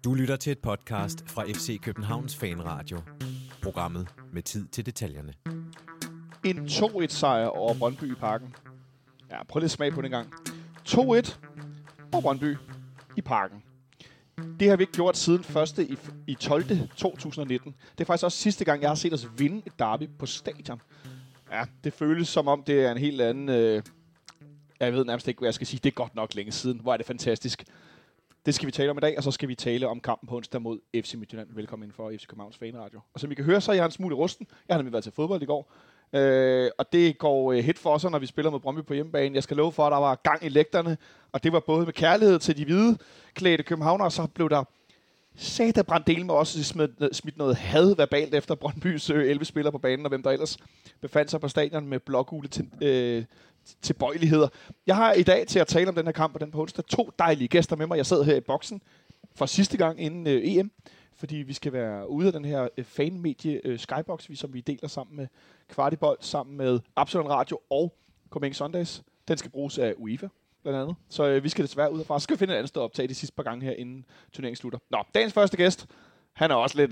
Du lytter til et podcast fra FC Københavns Fanradio. Programmet med tid til detaljerne. En 2-1-sejr over Brøndby i Parken. Ja, prøv lidt smag på den gang. 2-1 over Brøndby i Parken. Det har vi ikke gjort siden 1.12.2019. Det er faktisk også sidste gang, jeg har set os vinde et derby på stadion. Ja, det føles som om, det er en helt anden... Jeg ved nærmest ikke, hvad jeg skal sige. Det er godt nok længe siden. Hvor er det fantastisk. Det skal vi tale om i dag, og så skal vi tale om kampen på onsdag mod FC Midtjylland. Velkommen ind for FC Københavns Fanradio. Og som I kan høre, så er jeg en smule rusten. Jeg har nemlig været til fodbold i går. Og det går hit for os, når vi spiller mod Brøndby på hjemmebane. Jeg skal love for, at der var gang i lægterne. Og det var både med kærlighed til de hvide klædte københavnere, og så blev der brændt del med også smidt noget had verbalt efter Brøndbys 11 spillere på banen, og hvem der ellers befandt sig på stadion med blågule tilbøjeligheder. Jeg har i dag til at tale om den her kamp og den på onsdag 2 dejlige gæster med mig. Jeg sidder her i boksen for sidste gang inden EM, fordi vi skal være ude af den her fanmedie Skybox, som vi deler sammen med Kvartibold, sammen med Absalon Radio og Coming Sundays. Den skal bruges af UEFA blandt andet. Så vi skal desværre ud herfra. Så skal vi finde et andet sted at optage de sidste par gange her, inden turneringen slutter. Nå, dagens første gæst, han er også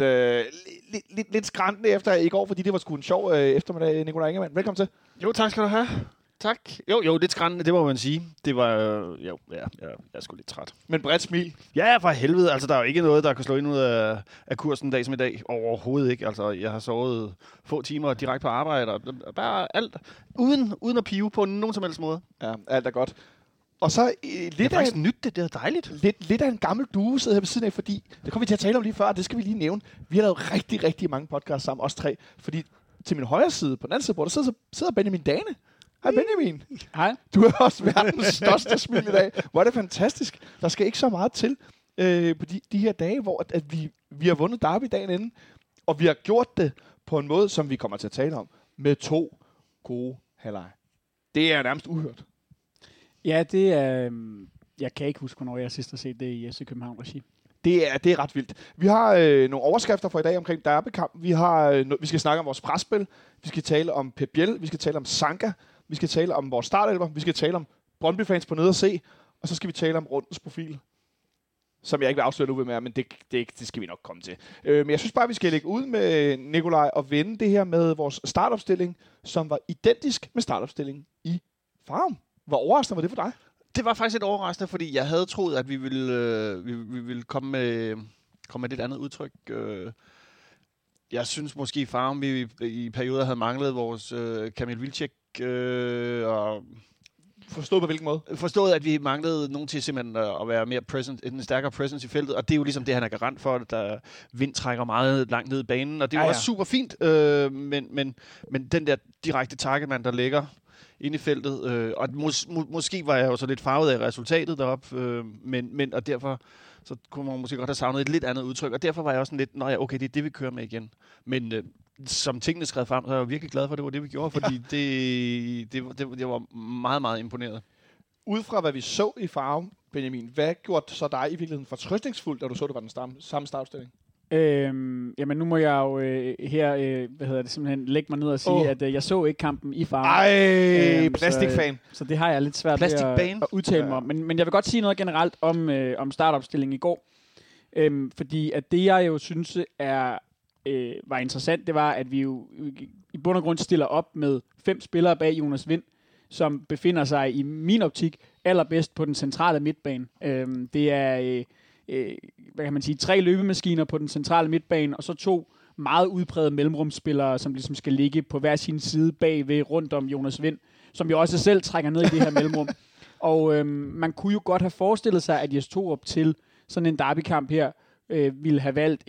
lidt skrantende efter i går, fordi det var sgu en sjov eftermiddag, Nikolaj Ingemann. Velkommen til. Jo, tak skal du have. Tak. Jo, lidt skrændende, det må man sige. Det var, jeg er sgu lidt træt. Men bredt smil. Ja, for helvede. Altså, der er jo ikke noget, der kan slå ind ud af kursen en dag som i dag. Overhovedet ikke. Altså, jeg har sovet få timer direkte på arbejde. Og bare alt. Uden at pive på nogen som helst måde. Ja, alt er godt. Og så lidt det er faktisk nyt, det er dejligt. Lidt af en gammel due sidder her ved siden af, fordi det kommer vi til at tale om lige før, og det skal vi lige nævne. Vi har lavet rigtig, rigtig mange podcasts sammen, os tre. Fordi til min højre side, på den anden side bord, der sidder Benjamin Dane. Hej Benjamin. Hej. Du er også verdens største smil i dag. Hvor er det fantastisk. Der skal ikke så meget til på de her dage, hvor at vi har vundet derby dagen inden. Og vi har gjort det på en måde, som vi kommer til at tale om, med 2 gode halvleje. Det er nærmest uhørt. Ja, det er... Jeg kan ikke huske, hvornår jeg sidst har set det i FC København regi. Det er ret vildt. Vi har nogle overskrifter for i dag omkring derbykamp. Vi skal snakke om vores presspil. Vi skal tale om Pep Biel. Vi skal tale om Sanka. Vi skal tale om vores startelver. Vi skal tale om Brøndby-fans på nede at se. Og så skal vi tale om rundens profil. Som jeg ikke vil afsløre nu med, men det skal vi nok komme til. Men jeg synes bare, vi skal lægge ud med Nikolaj og vende det her med vores startopstilling, som var identisk med startopstillingen i Farum. Hvor overraskende var det for dig? Det var faktisk lidt overraskende, fordi jeg havde troet, at vi ville komme med et lidt andet udtryk. Jeg synes måske i Farum, vi i perioder havde manglet vores Kamil Vilcek og forstået på hvilken måde? Forstået, at vi manglede nogen til simpelthen at være mere en stærkere presence i feltet, og det er jo ligesom det, han er garant for, at der vind trækker meget langt ned i banen, og det er jo også super fint, men den der direkte targetmand, der ligger inde i feltet, og måske var jeg jo så lidt farvet af resultatet deroppe, men og derfor så kunne man måske godt have savnet et lidt andet udtryk, og derfor var jeg også sådan lidt, okay, det er det, vi kører med igen. Men som tingene skrev frem, så er jeg virkelig glad for, at det var det, vi gjorde, fordi det var meget, meget imponeret. Ud fra hvad vi så i Farum, Benjamin, hvad gjorde så dig i virkeligheden fortrøstningsfuldt, da du så, det var den samme startopstilling? Jamen nu må jeg jo simpelthen lægge mig ned og sige, at jeg så ikke kampen i Farum. Plastikfan. Så det har jeg lidt svært ved at udtale mig om. Men jeg vil godt sige noget generelt om startopstillingen i går. Fordi at det, jeg jo synes var interessant, det var, at vi jo i bund og grund stiller op med 5 spillere bag Jonas Vind, som befinder sig i min optik allerbedst på den centrale midtbane. Det er... 3 løbemaskiner på den centrale midtbane, og så 2 meget udprægede mellemrumsspillere, som ligesom skal ligge på hver sin side bagved rundt om Jonas Vind, som jo også selv trækker ned i det her mellemrum. Og man kunne jo godt have forestillet sig, at Jes Torup til sådan en derbykamp her ville have valgt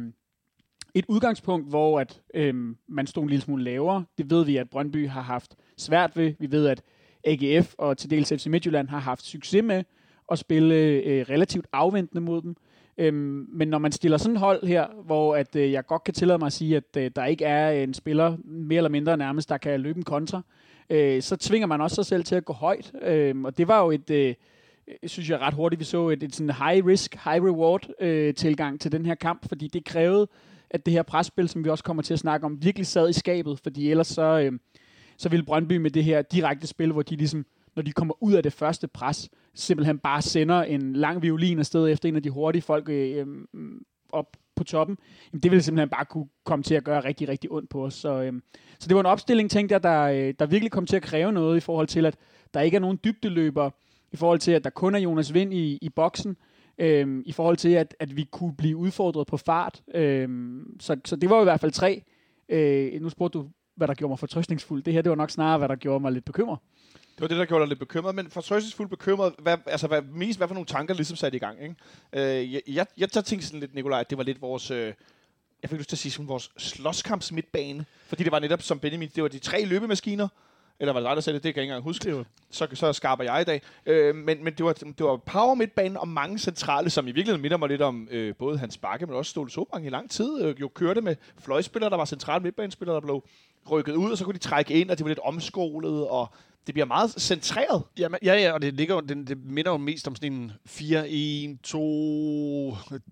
et udgangspunkt, hvor at man stod en lille smule lavere. Det ved vi, at Brøndby har haft svært ved. Vi ved, at AGF og til dels FC Midtjylland har haft succes med at spille relativt afventende mod dem. Men når man stiller sådan et hold her, hvor at, jeg godt kan tillade mig at sige, at der ikke er en spiller mere eller mindre nærmest, der kan løbe en kontra, så tvinger man også sig selv til at gå højt. Og det var jo synes jeg ret hurtigt, vi så et sådan high risk, high reward tilgang til den her kamp, fordi det krævede, at det her presspil, som vi også kommer til at snakke om, virkelig sad i skabet, fordi ellers så ville Brøndby med det her direkte spil, hvor de ligesom, når de kommer ud af det første pres, simpelthen bare sender en lang violin afsted efter en af de hurtige folk op på toppen, jamen det ville simpelthen bare kunne komme til at gøre rigtig, rigtig ondt på os. Så det var en opstilling, tænkte jeg, der virkelig kom til at kræve noget i forhold til, at der ikke er nogen dybdeløber, i forhold til, at der kun er Jonas Wind i boksen, i forhold til, at vi kunne blive udfordret på fart. Så det var jo i hvert fald 3. Nu spurgte du, hvad der gjorde mig fortrøstningsfuld. Det her, det var nok snarere, hvad der gjorde mig lidt bekymret. Det var det, der gjorde dig lidt bekymret, men fortrøstningsfuldt bekymret, hvad for nogle tanker ligesom satte i gang, ikke? Jeg tænkte sådan lidt, Nikolaj, at det var lidt vores, jeg fik lyst til at sige, sådan vores slåskamps midtbane, fordi det var netop som Benjamin, det var de 3 løbemaskiner, eller var det dig, der sagde det? Det kan jeg ikke engang huske. Så skarper jeg i dag. Men det var power midtbanen og mange centrale, som i virkeligheden minder mig lidt om både Hans Bakke, men også Ståle Sobrang i lang tid. Jo kørte med fløjspillere, der var centrale midtbanespillere, der blev rykket ud, og så kunne de trække ind, og det var lidt omskolet, og det bliver meget centreret. Ja, og det minder jo mest om sådan en 4-1, 2,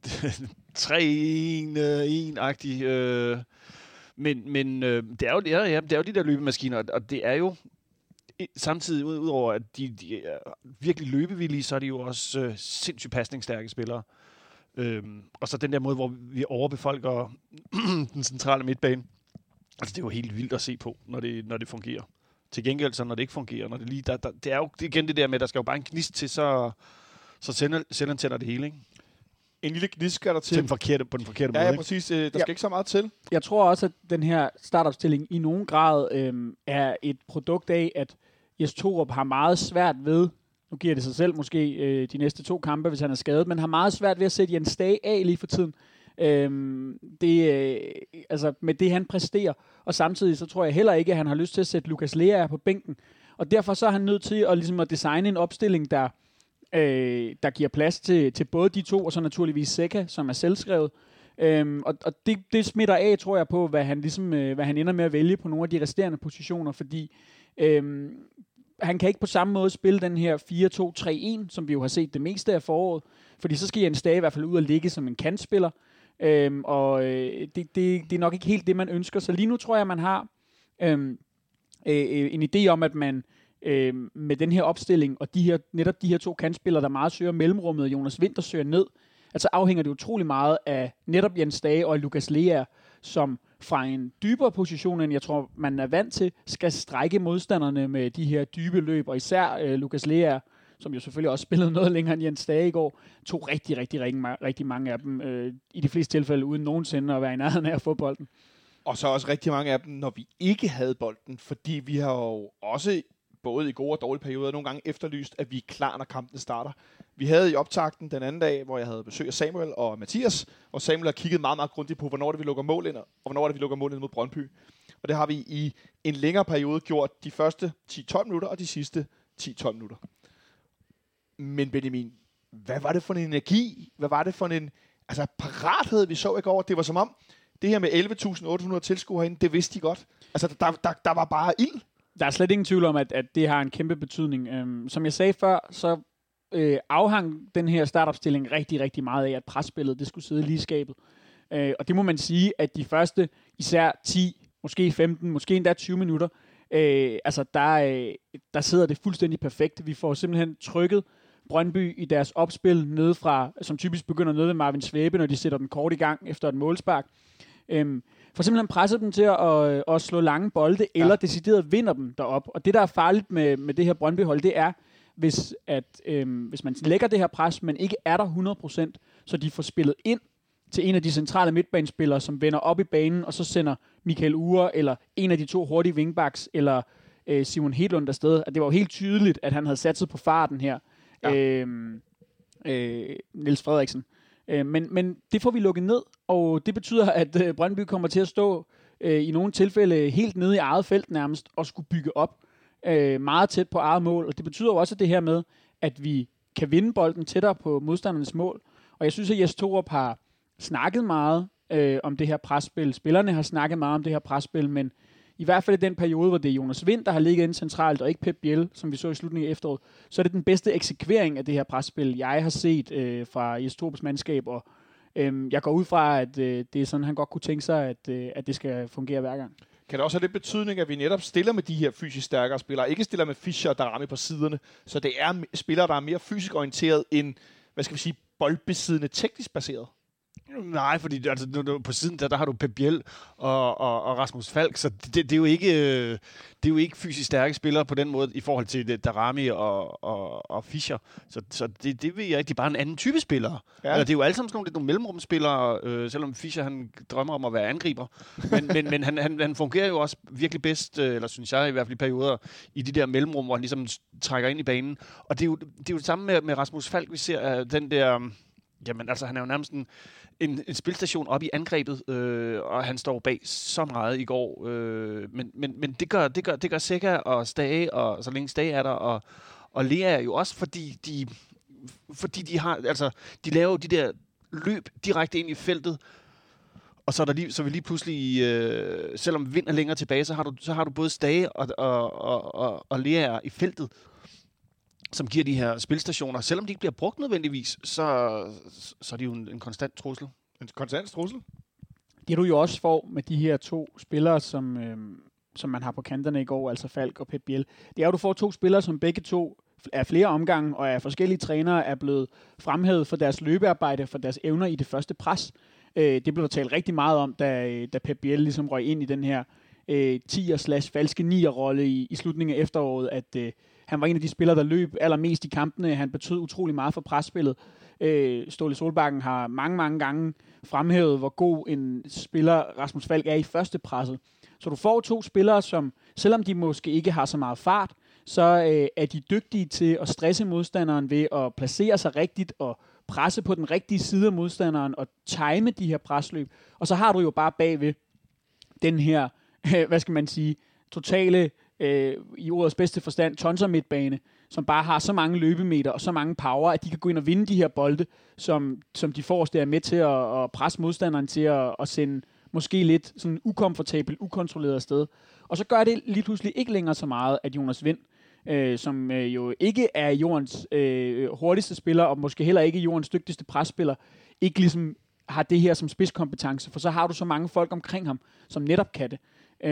3-1-agtig. Men det er jo de der løbemaskiner, og det er jo samtidig udover at de er virkelig løbevillige, så er de jo også sindssygt pasningsstærke spillere. Og så den der måde, hvor vi overbefolker den centrale midtbane. Altså det er jo helt vildt at se på, når det fungerer. Til gengæld så når det ikke fungerer, når det lige det er jo igen det der med, at der skal jo bare en gnist til, så selvantænder det hele, ikke? En lille gnist skal der til. På den forkerte måde. Ja, præcis. Der skal ikke så meget til. Jeg tror også, at den her startopstilling i nogen grad er et produkt af, at Jes Torup har meget svært ved, nu giver det sig selv måske de næste 2 kampe, hvis han er skadet, men har meget svært ved at sætte Jens Stage af lige for tiden. Altså med det, han præsterer. Og samtidig så tror jeg heller ikke, at han har lyst til at sætte Lukas Lea på bænken. Og derfor så er han nødt til at designe en opstilling, der giver plads til både de 2, og så naturligvis Seca, som er selvskrevet. Og det smitter af, tror jeg, på, hvad han ender med at vælge på nogle af de resterende positioner, fordi han kan ikke på samme måde spille den her 4-2-3-1, som vi jo har set det meste af foråret, fordi så skal Jens Stage i hvert fald ud og ligge som en kantspiller, det er nok ikke helt det, man ønsker. Så lige nu tror jeg, man har en idé om, at man med den her opstilling, og netop de her 2 kantspillere, der meget søger mellemrummet, og Jonas Wind, der søger ned, altså afhænger det utrolig meget af netop Jens Stage og Lukas Lea, som fra en dybere position, end jeg tror, man er vant til, skal strække modstanderne med de her dybe løb, og især Lukas Lea, som jo selvfølgelig også spillede noget længere end Jens Stage i går, tog rigtig mange af dem, i de fleste tilfælde uden nogensinde at være i nærheden af at få bolden. Og så også rigtig mange af dem, når vi ikke havde bolden, fordi vi har jo også både i gode og dårlige perioder nogle gange efterlyst, at vi er klar, når kampen starter. Vi havde i optakten den anden dag, hvor jeg havde besøg af Samuel og Mathias, og Samuel har kigget meget, meget grundigt på, hvornår det vi lukker mål ind, og hvornår det vi lukker mål ind mod Brøndby. Og det har vi i en længere periode gjort de første 10-12 minutter og de sidste 10-12 minutter. Men Benjamin, hvad var det for en energi? Hvad var det for en parathed, vi så i går? Det var som om, det her med 11.800 tilskuere herinde, det vidste de godt. Altså, der var bare ild. Der er slet ingen tvivl om, at det har en kæmpe betydning. Som jeg sagde før, så afhang den her startopstilling rigtig, rigtig meget af, at presspillet det skulle sidde lige i skabet. Og det må man sige, at de første især 10, måske 15, måske endda 20 minutter, der sidder det fuldstændig perfekt. Vi får simpelthen trykket Brøndby i deres opspil nedefra, som typisk begynder nede ved Marvin Svæbe, når de sætter den kort i gang efter et målspark. For simpelthen presset dem til at slå lange bolde, eller decideret vinder dem derop. Og det, der er farligt med det her Brøndby-hold, det er, hvis man lægger det her pres, men ikke er der 100%, så de får spillet ind til en af de centrale midtbanespillere, som vender op i banen, og så sender Michael Uhre, eller en af de 2 hurtige wingbacks, eller Simon Hedlund afsted. At det var jo helt tydeligt, at han havde satset på farten her. Ja. Niels Frederiksen. Men det får vi lukket ned, og det betyder, at Brøndby kommer til at stå i nogle tilfælde helt nede i eget felt nærmest, og skulle bygge op meget tæt på eget mål. Og det betyder jo også det her med, at vi kan vinde bolden tættere på modstandernes mål. Og jeg synes, at Jes Torup har snakket meget om det her presspil. Spillerne har snakket meget om det her presspil, men i hvert fald i den periode, hvor det er Jonas Wind, der har ligget inde centralt, og ikke Pep Biel, som vi så i slutningen af efteråret, så er det den bedste eksekvering af det her presspil, jeg har set fra Jes Torups mandskab, og jeg går ud fra, at det er sådan, han godt kunne tænke sig, at det skal fungere hver gang. Kan det også have lidt betydning, at vi netop stiller med de her fysisk stærkere spillere, ikke stiller med Fischer og Darami på siderne, så det er spillere, der er mere fysisk orienteret end, hvad skal vi sige, boldbesiddende teknisk baseret? Nej, fordi altså, på siden der har du Pep Biel og Rasmus Falk, så det er jo ikke fysisk stærke spillere på den måde i forhold til Darami og Fischer. Så det ved jeg ikke. Det er bare en anden type spillere. Ja. Eller det er jo alle sammen sådan nogle mellemrumspillere, selvom Fischer han drømmer om at være angriber. Men han fungerer jo også virkelig bedst, eller synes jeg i hvert fald i perioder, i de der mellemrum, hvor han ligesom trækker ind i banen. Og det er jo det samme med Rasmus Falk, vi ser den der... Jamen, altså, han er jo nærmest en spilstation op i angrebet, og han står bag så meget i går. Men det gør Zeca og Stage, og så længe Stage er der, og Lea er jo også, fordi de har, altså, de laver jo de der løb direkte ind i feltet, og så vil lige pludselig, selvom vind er længere tilbage, så har du både Stage og Lea i feltet, som giver de her spilstationer. Selvom de ikke bliver brugt nødvendigvis, så er de jo en konstant trussel. En konstant trussel? Det du jo også får med de her to spillere, som man har på kanterne i går, altså Falk og Pep Biel, det er jo, du får to spillere, som begge to af flere omgange og af forskellige trænere er blevet fremhævet for deres løbearbejde, for deres evner i det første pres. Det blev der talt rigtig meget om, da Pep Biel ligesom røg ind i den her 10'er/falske 9'er-rolle i slutningen af efteråret, at han var en af de spillere, der løb allermest i kampene. Han betød utrolig meget for presspillet. Ståle Solbakken har mange gange fremhævet, hvor god en spiller Rasmus Falk er i første presset. Så du får to spillere, som selvom de måske ikke har så meget fart, så er de dygtige til at stresse modstanderen ved at placere sig rigtigt og presse på den rigtige side af modstanderen og time de her presløb. Og så har du jo bare bagved den her, hvad skal man sige, totale, i ordets bedste forstand, tonser midtbane, som bare har så mange løbemeter og så mange power, at de kan gå ind og vinde de her bolde, som de forreste er med til at presse modstanderen til at sende måske lidt sådan ukomfortabelt, ukontrolleret afsted. Og så gør det lige pludselig ikke længere så meget, at Jonas Wind, som jo ikke er jordens hurtigste spiller, og måske heller ikke jordens dygtigste presspiller, ikke ligesom har det her som spidskompetence, for så har du så mange folk omkring ham, som netop kan det.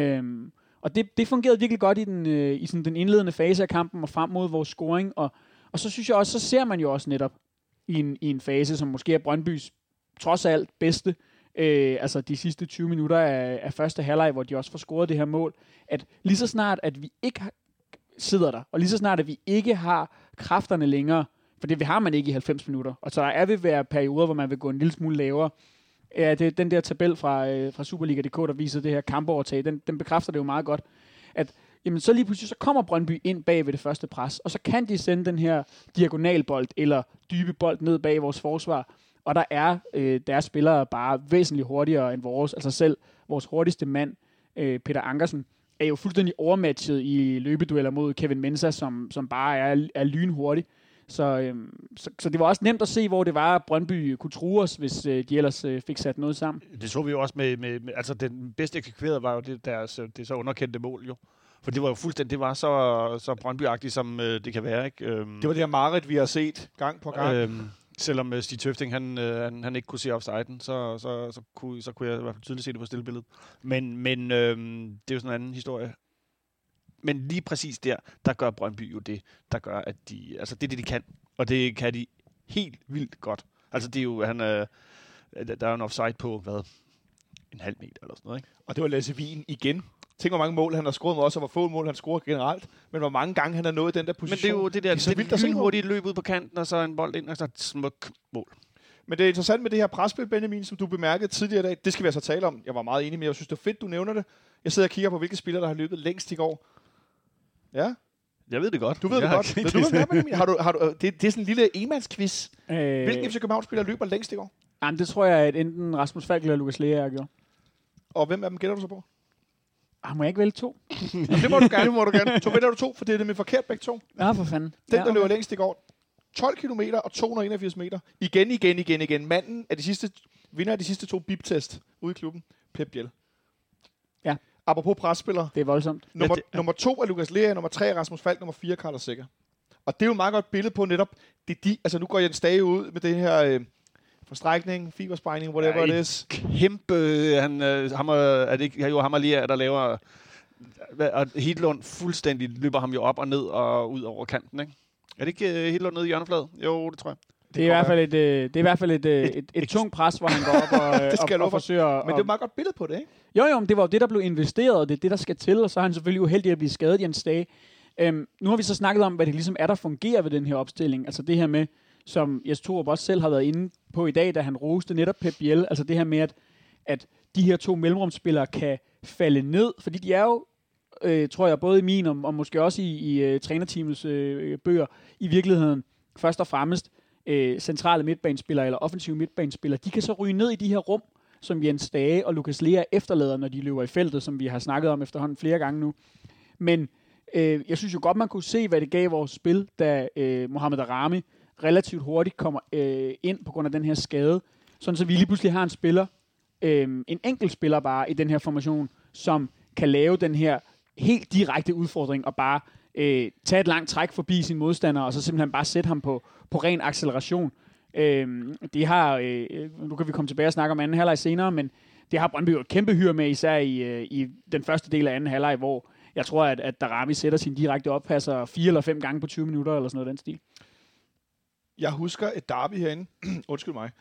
Og det fungerede virkelig godt i sådan den indledende fase af kampen og frem mod vores scoring. Og så synes jeg også, så ser man jo også netop i en fase, som måske er Brøndbys trods alt bedste, altså de sidste 20 minutter af første halvleg, hvor de også får scoret det her mål, at lige så snart, at vi ikke sidder der, og lige så snart, at vi ikke har kræfterne længere, for det har man ikke i 90 minutter, og så der vil være perioder, hvor man vil gå en lille smule lavere. Ja, det er den der tabel fra Superliga.dk, der viser det her kampovertag, den bekræfter det jo meget godt, at jamen, så lige pludselig så kommer Brøndby ind bag ved det første pres, og så kan de sende den her diagonalbold eller dybe bold ned bag vores forsvar, og der er deres spillere bare væsentligt hurtigere end vores, altså selv vores hurtigste mand, Peter Ankersen, er jo fuldstændig overmatchet i løbedueller mod Kevin Mensah, som bare er lynhurtig. Så det var også nemt at se, hvor det var, at Brøndby kunne true os, hvis de ellers fik sat noget sammen. Det så vi jo også med altså den bedste eksekverede var jo det så underkendte mål jo. For det var jo fuldstændig, det var så Brøndby-agtigt, som det kan være, ikke? Det var det her mareridt, vi har set gang på gang. Selvom Stig Tøfting, han ikke kunne se offsiden, så kunne jeg i hvert fald tydeligt se det på stillebilledet. Men det er jo sådan en anden historie. Men lige præcis der gør Brøndby jo det, der gør, at det er det, de kan. Og det kan de helt vildt godt. Altså, det er jo, der er jo en offside på, en halv meter eller sådan noget, ikke? Og det var Lasse Wien igen. Tænk, hvor mange mål han har scoret med os, og hvor få mål han scorer generelt. Men hvor mange gange han har nået den der position. Men det er jo det der lynhurtige løb ud på kanten, og så en bold ind, og så et smuk mål. Men det er interessant med det her presspil, Benjamin, som du bemærkede tidligere i dag. Det skal vi altså tale om. Jeg var meget enig med, jeg synes, det er fedt, du nævner det. Jeg sidder og kigger på, hvilke spillere, der har løbet længst i går. Ja? Jeg ved det godt. Du ved det godt. Ved du, hvad Benjamin? Det er sådan en lille enmandsquiz. Hvilken FC København-spiller løber længst i går? Jamen, det tror jeg, at enten Rasmus Falk eller Lukas Lea har gjort. Og hvem af dem gætter du så på? Må jeg ikke vælge to? Jamen, det må du gerne. Så vælger du to, for det er nemlig forkert begge to. Ja, for fanden. Den, der løber længst i går, 12 kilometer og 281 meter. Igen. Manden af vinder af de sidste 2 bip-test ude i klubben. Pep Biel. Ja. Apropos presspillere. Det er voldsomt. Nummer 2 er Lukas Lea, nummer 3 er Rasmus Falk, nummer 4 er Carlos Zeca. Og det er jo et meget godt billede på netop, altså nu går Jens Stage ud med det her Forstrækning, fibersprængning, whatever it is. Kæmpe, er det ikke Hammer lige der laver, og Hedlund fuldstændig løber ham jo op og ned og ud over kanten, ikke? Er det ikke Hedlund nede i hjørnefladet? Jo, det tror jeg. Det er i hvert fald et tungt pres, hvor han går op og forsøger. Men det er et meget godt billede på det, ikke? Jo, men det var jo det, der blev investeret, og det er det, der skal til, og så er han selvfølgelig uheldig at blive skadet, Jens Dage. Nu har vi så snakket om, hvad det ligesom er, der fungerer ved den her opstilling. Altså det her med, som Jes Torup også selv har været inde på i dag, da han roste netop Pep Biel. Altså det her med, at de her to mellemrumsspillere kan falde ned, fordi de er jo, tror jeg, både i min og måske også i trænerteamets bøger, i virkeligheden først og fremmest centrale midtbanespillere eller offensive midtbanespillere. De kan så ryge ned i de her rum, som Jens Dage og Lukas Lea efterlader, når de løber i feltet, som vi har snakket om efterhånden flere gange nu. Men jeg synes jo godt, man kunne se, hvad det gav vores spil, da Mohamed Daramy relativt hurtigt kommer ind på grund af den her skade. Sådan så vi lige pludselig har en spiller, en enkelt spiller bare i den her formation, som kan lave den her helt direkte udfordring og bare tage et langt træk forbi sin modstander, og så simpelthen bare sætte ham på ren acceleration. Det har, nu kan vi komme tilbage og snakke om anden halvleg senere, men det har Brøndby jo et kæmpe hyre med, især i den første del af anden halvleg, hvor jeg tror, at Daramy sætter sin direkte oppasser 4 eller 5 gange på 20 minutter, eller sådan noget den stil. Jeg husker et derby herinde, undskyld mig,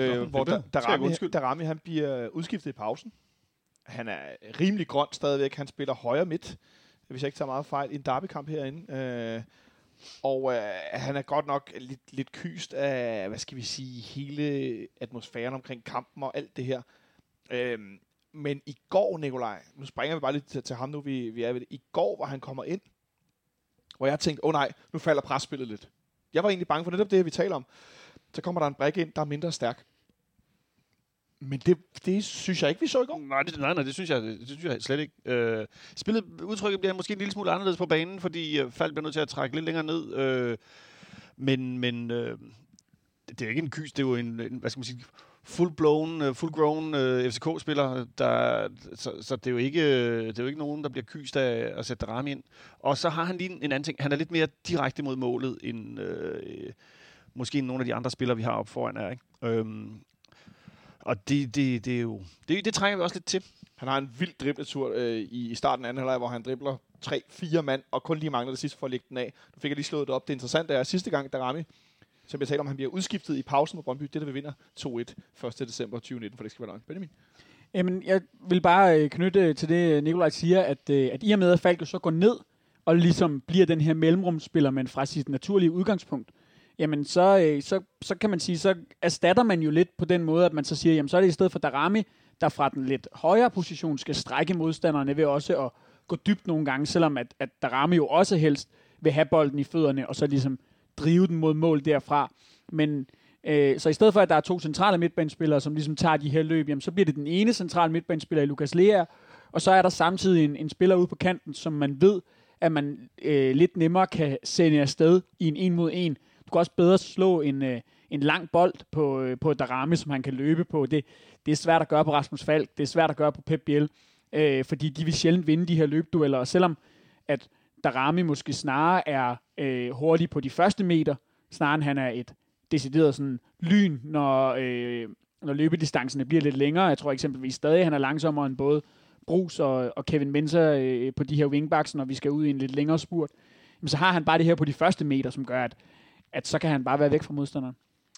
hvor Daramy han bliver udskiftet i pausen. Han er rimelig grøn stadigvæk, han spiller højre midt, hvis jeg ikke tager meget fejl, i en derbykamp herinde. Han er godt nok lidt kyst af, hvad skal vi sige, hele atmosfæren omkring kampen og alt det her. Men i går, Nikolaj, nu springer vi bare lidt til ham nu, vi er ved det. I går, hvor han kommer ind, hvor jeg tænkte, nej, nu falder presspillet lidt. Jeg var egentlig bange for netop det, vi taler om. Så kommer der en brik ind, der er mindre stærk. Men det synes jeg ikke, vi så i går. Nej, det synes jeg slet ikke. Udtrykket bliver måske en lille smule anderledes på banen, fordi Falk bliver nødt til at trække lidt længere ned. Men det er ikke en kys, det er jo en hvad skal man sige, full-grown FCK-spiller, så det er jo ikke nogen, der bliver kyst af at sætte Daramy ind. Og så har han lige en anden ting. Han er lidt mere direkte mod målet, end måske nogle af de andre spillere, vi har op foran her, ikke? Og det trænger vi også lidt til. Han har en vild dribletur i starten af anden halvleg, hvor han dribler 3-4 mand, og kun lige mangler det sidste for at lægge den af. Nu fik jeg lige slået det op. Det interessante er, at sidste gang Daramy, som jeg talte om, han bliver udskiftet i pausen mod Brøndby, det der vi vinder 2-1 1. december 2019, for det skal være løgn. Benjamin? Jamen, jeg vil bare knytte til det, Nikolaj siger, at i og med, at Falk så går ned, og ligesom bliver den her mellemrumsspiller, men fra sit naturlige udgangspunkt, jamen så kan man sige, så erstatter man jo lidt på den måde, at man så siger, jamen så er det i stedet for Daramy, der fra den lidt højere position skal strække modstanderne ved også at gå dybt nogle gange, selvom at Daramy jo også helst vil have bolden i fødderne, og så ligesom drive den mod mål derfra. Men så i stedet for, at der er 2 centrale midtbanespillere, som ligesom tager de her løb, jamen så bliver det den ene centrale midtbanespiller i Lukas Lea, og så er der samtidig en spiller ude på kanten, som man ved, at man lidt nemmere kan sende afsted i en 1-mod-1. Du kan også bedre slå en lang bold på Daramy, som han kan løbe på. Det er svært at gøre på Rasmus Falk. Det er svært at gøre på Pep Biel, fordi de vil sjældent vinde de her løbdueller. Og selvom at Daramy måske snarere er hurtig på de første meter, snarere end han er et decideret sådan lyn, når løbedistancerne bliver lidt længere. Jeg tror eksempelvis stadig, at han er langsommere end både Brugs og Kevin Mensah på de her wingbacks, når vi skal ud i en lidt længere spurt. Men så har han bare det her på de første meter, som gør, at så kan han bare være væk fra modstanderen.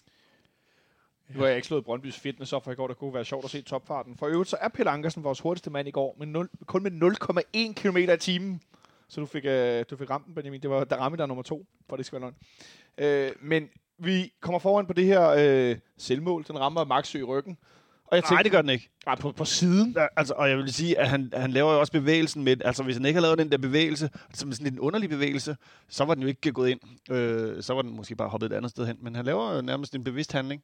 Nu har jeg ikke slået Brøndbys fitness op for i går, der kunne være sjovt at se topfarten. For øvrigt så er Pelle Ankersen vores hurtigste mand i går, men kun med 0,1 km i timen. Så du fik ramt den, Benjamin. Det var Daramy, der er nummer 2, for det skal være løgn. Men vi kommer foran på det her selvmål. Den rammer Maxø i ryggen. Og jeg tænkte, nej, det gør den ikke. Nej, på siden. Ja, altså, og jeg vil sige, at han laver jo også bevægelsen med, altså hvis han ikke har lavet den der bevægelse, som sådan lidt en underlig bevægelse, så var den jo ikke gået ind. Så var den måske bare hoppet et andet sted hen. Men han laver nærmest en bevidst handling.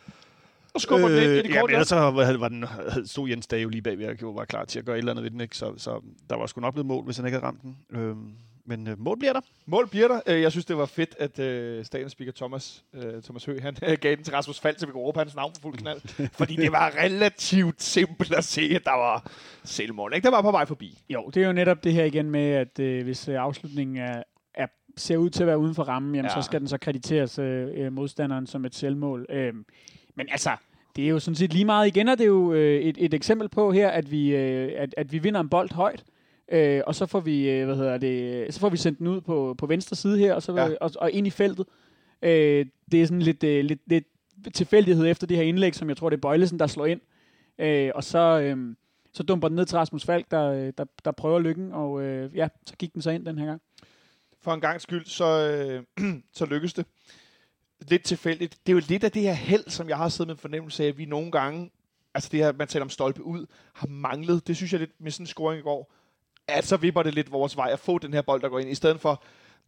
Og skubber den ind i det korte. Ja, så stod Jens Dage jo lige bagved, og var klar til at gøre et eller andet ved den, ikke? Så der var sgu nok blevet mål, hvis han ikke havde ramt den. Men mål bliver der. Mål bliver der. Jeg synes, det var fedt, at statens Thomas Høgh, han gav den til Rasmus Falk, så vi kunne råbe hans navn på fuld knald. Fordi det var relativt simpelt at se, at der var selvmål. Ikke? Der var på vej forbi. Jo, det er jo netop det her igen med, at hvis afslutningen ser ud til at være uden for rammen, jamen, så skal den så krediteres modstanderen som et selvmål. Men altså, det er jo sådan set lige meget igen, og det er jo et eksempel på her, at vi vinder en bold højt, og så får vi, så får vi sendt den ud på venstre side her, og, så, og ind i feltet. Det er sådan lidt tilfældighed efter det her indlæg, som jeg tror, det er Bøjlesen, der slår ind. Og så dumper den ned til Rasmus Falk, der prøver lykken, og så gik den så ind den her gang. For en gang skyld, så lykkes det. Lidt tilfældigt. Det er jo lidt af det her held, som jeg har siddet med en fornemmelse af, at vi nogle gange, altså det her, man taler om stolpe ud, har manglet. Det synes jeg lidt med sådan en scoring i går, at så vipper det lidt vores vej at få den her bold, der går ind, i stedet for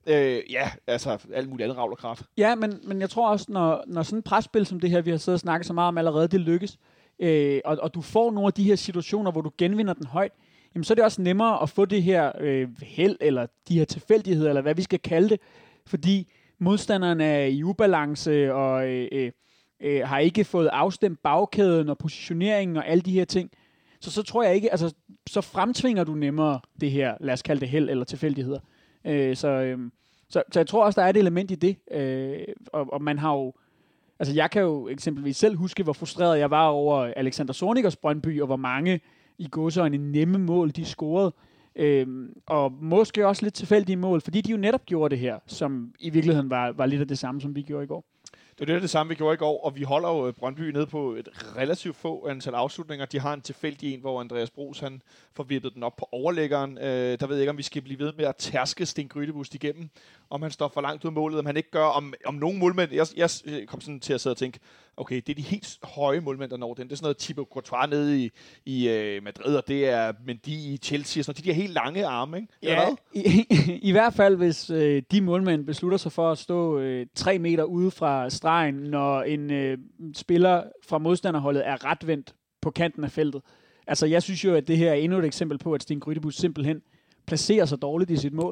alt muligt andet ravl og kraft. Ja, men jeg tror også, når sådan et presspil som det her, vi har siddet og snakket så meget om allerede, det lykkes, og du får nogle af de her situationer, hvor du genvinder den højt, jamen så er det også nemmere at få det her held, eller de her tilfældigheder, eller hvad vi skal kalde det, fordi modstanderen er i ubalance, og har ikke fået afstemt bagkæden, og positioneringen, og alle de her ting. Så tror jeg ikke, altså, så fremtvinger du nemmere det her, lad os kalde det held, eller tilfældigheder. Så jeg tror også, der er et element i det, og man har jo, altså jeg kan jo eksempelvis selv huske, hvor frustreret jeg var over Alexander Zornigers Brøndby, og hvor mange i gåseøjne nemme mål, de scorede. Og måske også lidt tilfældige mål, fordi de jo netop gjorde det her, som i virkeligheden var lidt af det samme, som vi gjorde i går. Det er det samme, vi gjorde i går, og vi holder jo Brøndby nede på et relativt få antal afslutninger. De har en tilfældig en, hvor Andreas Brugs, han får vippet den op på overlæggeren. Der ved jeg ikke, om vi skal blive ved med at tærske Sten Grydebust igennem, om han står for langt ud af målet, om han ikke gør, om nogen målmænd. Jeg kom sådan til at sidde og tænke, okay, det er de helt høje målmænd, der når den. Det er sådan noget Thibaut Courtois nede i Madrid, og det er Mendy i Chelsea, og sådan noget. De her helt lange arme, ikke? Ja, i hvert fald, hvis de målmænd beslutter sig for at stå 3 meter ude fra stregen, når en spiller fra modstanderholdet er retvendt på kanten af feltet. Altså, jeg synes jo, at det her er endnu et eksempel på, at Sten Grydebust simpelthen placerer sig dårligt i sit mål.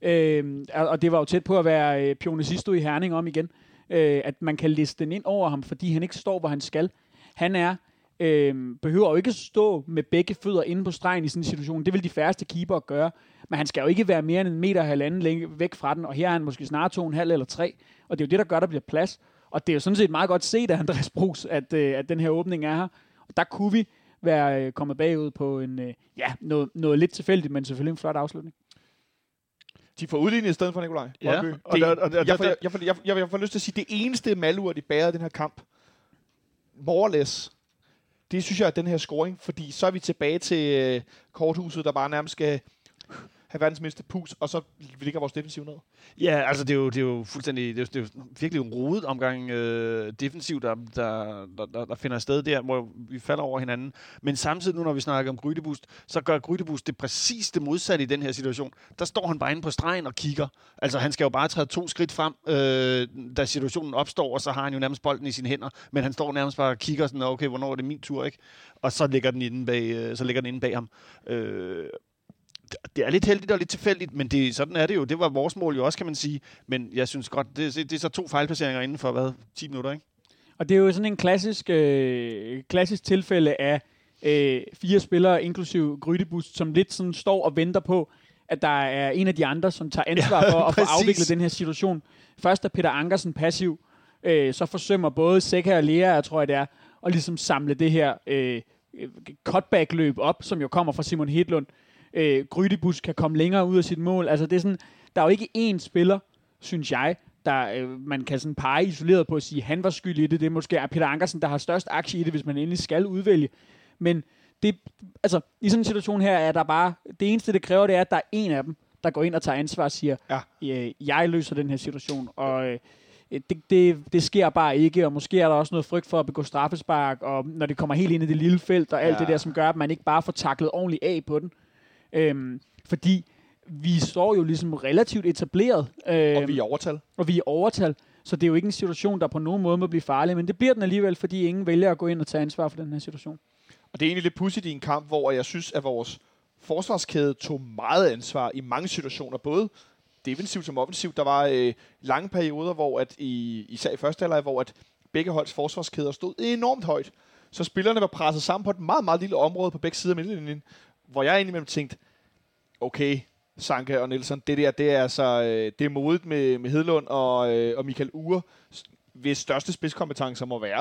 Og det var jo tæt på at være Pionicisto i Herning om igen. At man kan liste den ind over ham, fordi han ikke står, hvor han skal. Han behøver jo ikke stå med begge fødder inde på stregen i sådan en situation. Det vil de færreste keeper gøre. Men han skal jo ikke være mere end 1,5 meter væk fra den, og her er han måske snart 2,5 eller 3. Og det er jo det, der gør, der bliver plads. Og det er jo sådan set meget godt set af Andreas Brugs, at den her åbning er her. Og der kunne vi være kommet bagud på noget lidt tilfældigt, men selvfølgelig en flot afslutning. De får udlignet i stedet for Nikolaj. Ja. Jeg får lyst til at sige, det eneste malurt i bæret den her kamp, more or less, det synes jeg er den her scoring, fordi så er vi tilbage til korthuset, der bare nærmest skal have verdens mindste pus, og så ligger vores defensiv ned. Ja, altså det er jo fuldstændig, det er jo virkelig en rodet omgang defensiv, der finder sted der, hvor vi falder over hinanden. Men samtidig nu, når vi snakker om Grydebust, så gør Grydebust det præcis det modsatte i den her situation. Der står han bare inde på stregen og kigger. Altså han skal jo bare træde 2 skridt frem, da situationen opstår, og så har han jo nærmest bolden i sine hænder, men han står nærmest bare og kigger sådan, okay, hvornår er det min tur, ikke? Og så ligger den inde bag ham. Det er lidt heldigt og lidt tilfældigt, men sådan er det jo. Det var vores mål jo også, kan man sige. Men jeg synes godt, det er så 2 fejlplaceringer inden for, 10 minutter, ikke? Og det er jo sådan en klassisk tilfælde af 4 spillere, inklusive Grydebust, som lidt sådan står og venter på, at der er en af de andre, som tager ansvar for at få afviklet den her situation. Først er Peter Ankersen passiv, så forsømmer både Seca og Lea, jeg tror det er, og ligesom samle det her cutback-løb op, som jo kommer fra Simon Hedlund. Grydebust kan komme længere ud af sit mål. Altså det er sådan, der er jo ikke én spiller, synes jeg, der man kan sådan pege isoleret på at sige, han var skyld i det. Det er måske Peter Ankersen, der har størst aktie i det, hvis man endelig skal udvælge. Men det, altså, i sådan en situation her er der bare, det eneste det kræver, det er, at der er en af dem, der går ind og tager ansvar og siger, jeg løser den her situation. Og det sker bare ikke, og måske er der også noget frygt for at begå straffespark, og når det kommer helt ind i det lille felt, og alt det der, som gør, at man ikke bare får taklet ordentligt af på den. Fordi vi står jo ligesom relativt etableret. Og vi er overtal. Så det er jo ikke en situation, der på nogen måde må blive farlig, men det bliver den alligevel, fordi ingen vælger at gå ind og tage ansvar for den her situation. Og det er egentlig lidt pudsigt i en kamp, hvor jeg synes, at vores forsvarskæde tog meget ansvar i mange situationer, både defensivt som offensivt. Der var lange perioder, hvor at især i første halvleg, hvor at begge holds forsvarskæder stod enormt højt. Så spillerne var presset sammen på et meget, meget lille område på begge sider af midtlinjen, hvor jeg indimellem tænkte, okay, Sanka og Nielsen, det er altså det er modigt med Hedlund og Michael Uhre, hvis største spidskompetencer må være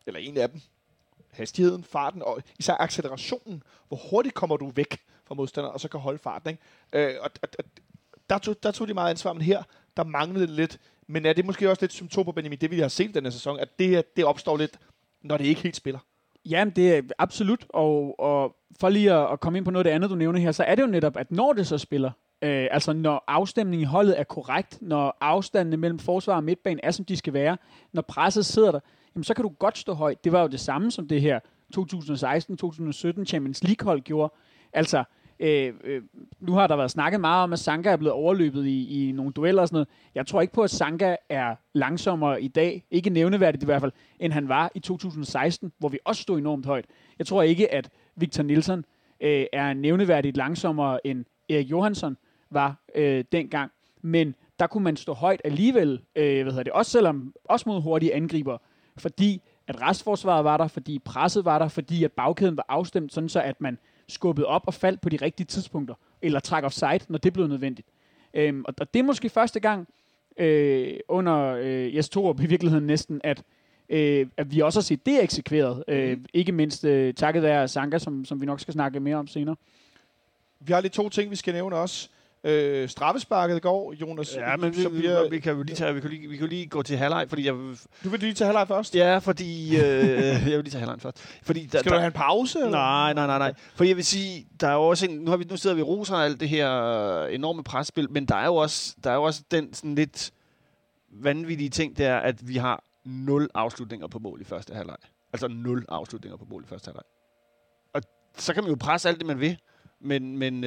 eller en af dem, hastigheden, farten og især accelerationen. Hvor hurtigt kommer du væk fra modstanderen, og så kan holde farten. Ikke? Der tog de meget ansvar, men her, der manglede det lidt. Men er det måske også lidt symptom på, Benjamin, det vi har set denne sæson, at det opstår lidt, når det ikke helt spiller? Jamen, det er absolut. Og for lige at komme ind på noget af det andet, du nævner her, så er det jo netop, at når det så spiller, altså når afstemningen i holdet er korrekt, når afstandene mellem forsvar og midtbane er, som de skal være, når presset sidder der, jamen, så kan du godt stå højt. Det var jo det samme, som det her 2016-2017 Champions League-hold gjorde. Altså, nu har der været snakket meget om, at Sanka er blevet overløbet i nogle dueller og sådan noget. Jeg tror ikke på, at Sanka er langsommere i dag, ikke nævneværdigt i hvert fald, end han var i 2016, hvor vi også stod enormt højt. Jeg tror ikke, at Victor Nilsson er nævneværdigt langsommere end Erik Johansson var dengang. Men der kunne man stå højt alligevel, også mod hurtige angriber, fordi at restforsvaret var der, fordi presset var der, fordi at bagkæden var afstemt, sådan så at man skubbet op og faldt på de rigtige tidspunkter, eller træk offside, når det blev nødvendigt. Og det er måske første gang under Jes Torup i virkeligheden næsten, at vi også har set det eksekveret. Ikke mindst takket være Sanka, som vi nok skal snakke mere om senere. Vi har lige 2 ting, vi skal nævne også. Straffesparket i går, Jonas. Ja, men vi kan lige gå til halvleg, fordi Du vil lige tage halvleg først? Ja, fordi jeg vil lige tage halvleg først. Fordi skal du have en pause? Eller? Nej. Fordi jeg vil sige, der er jo også nu sidder vi og roser alt det her enorme presspil, men der er jo også den sådan lidt vanvittige ting, der at vi har 0 afslutninger på mål i første halvleg. Altså 0 afslutninger på mål i første halvleg. Og så kan man jo presse alt det man vil, men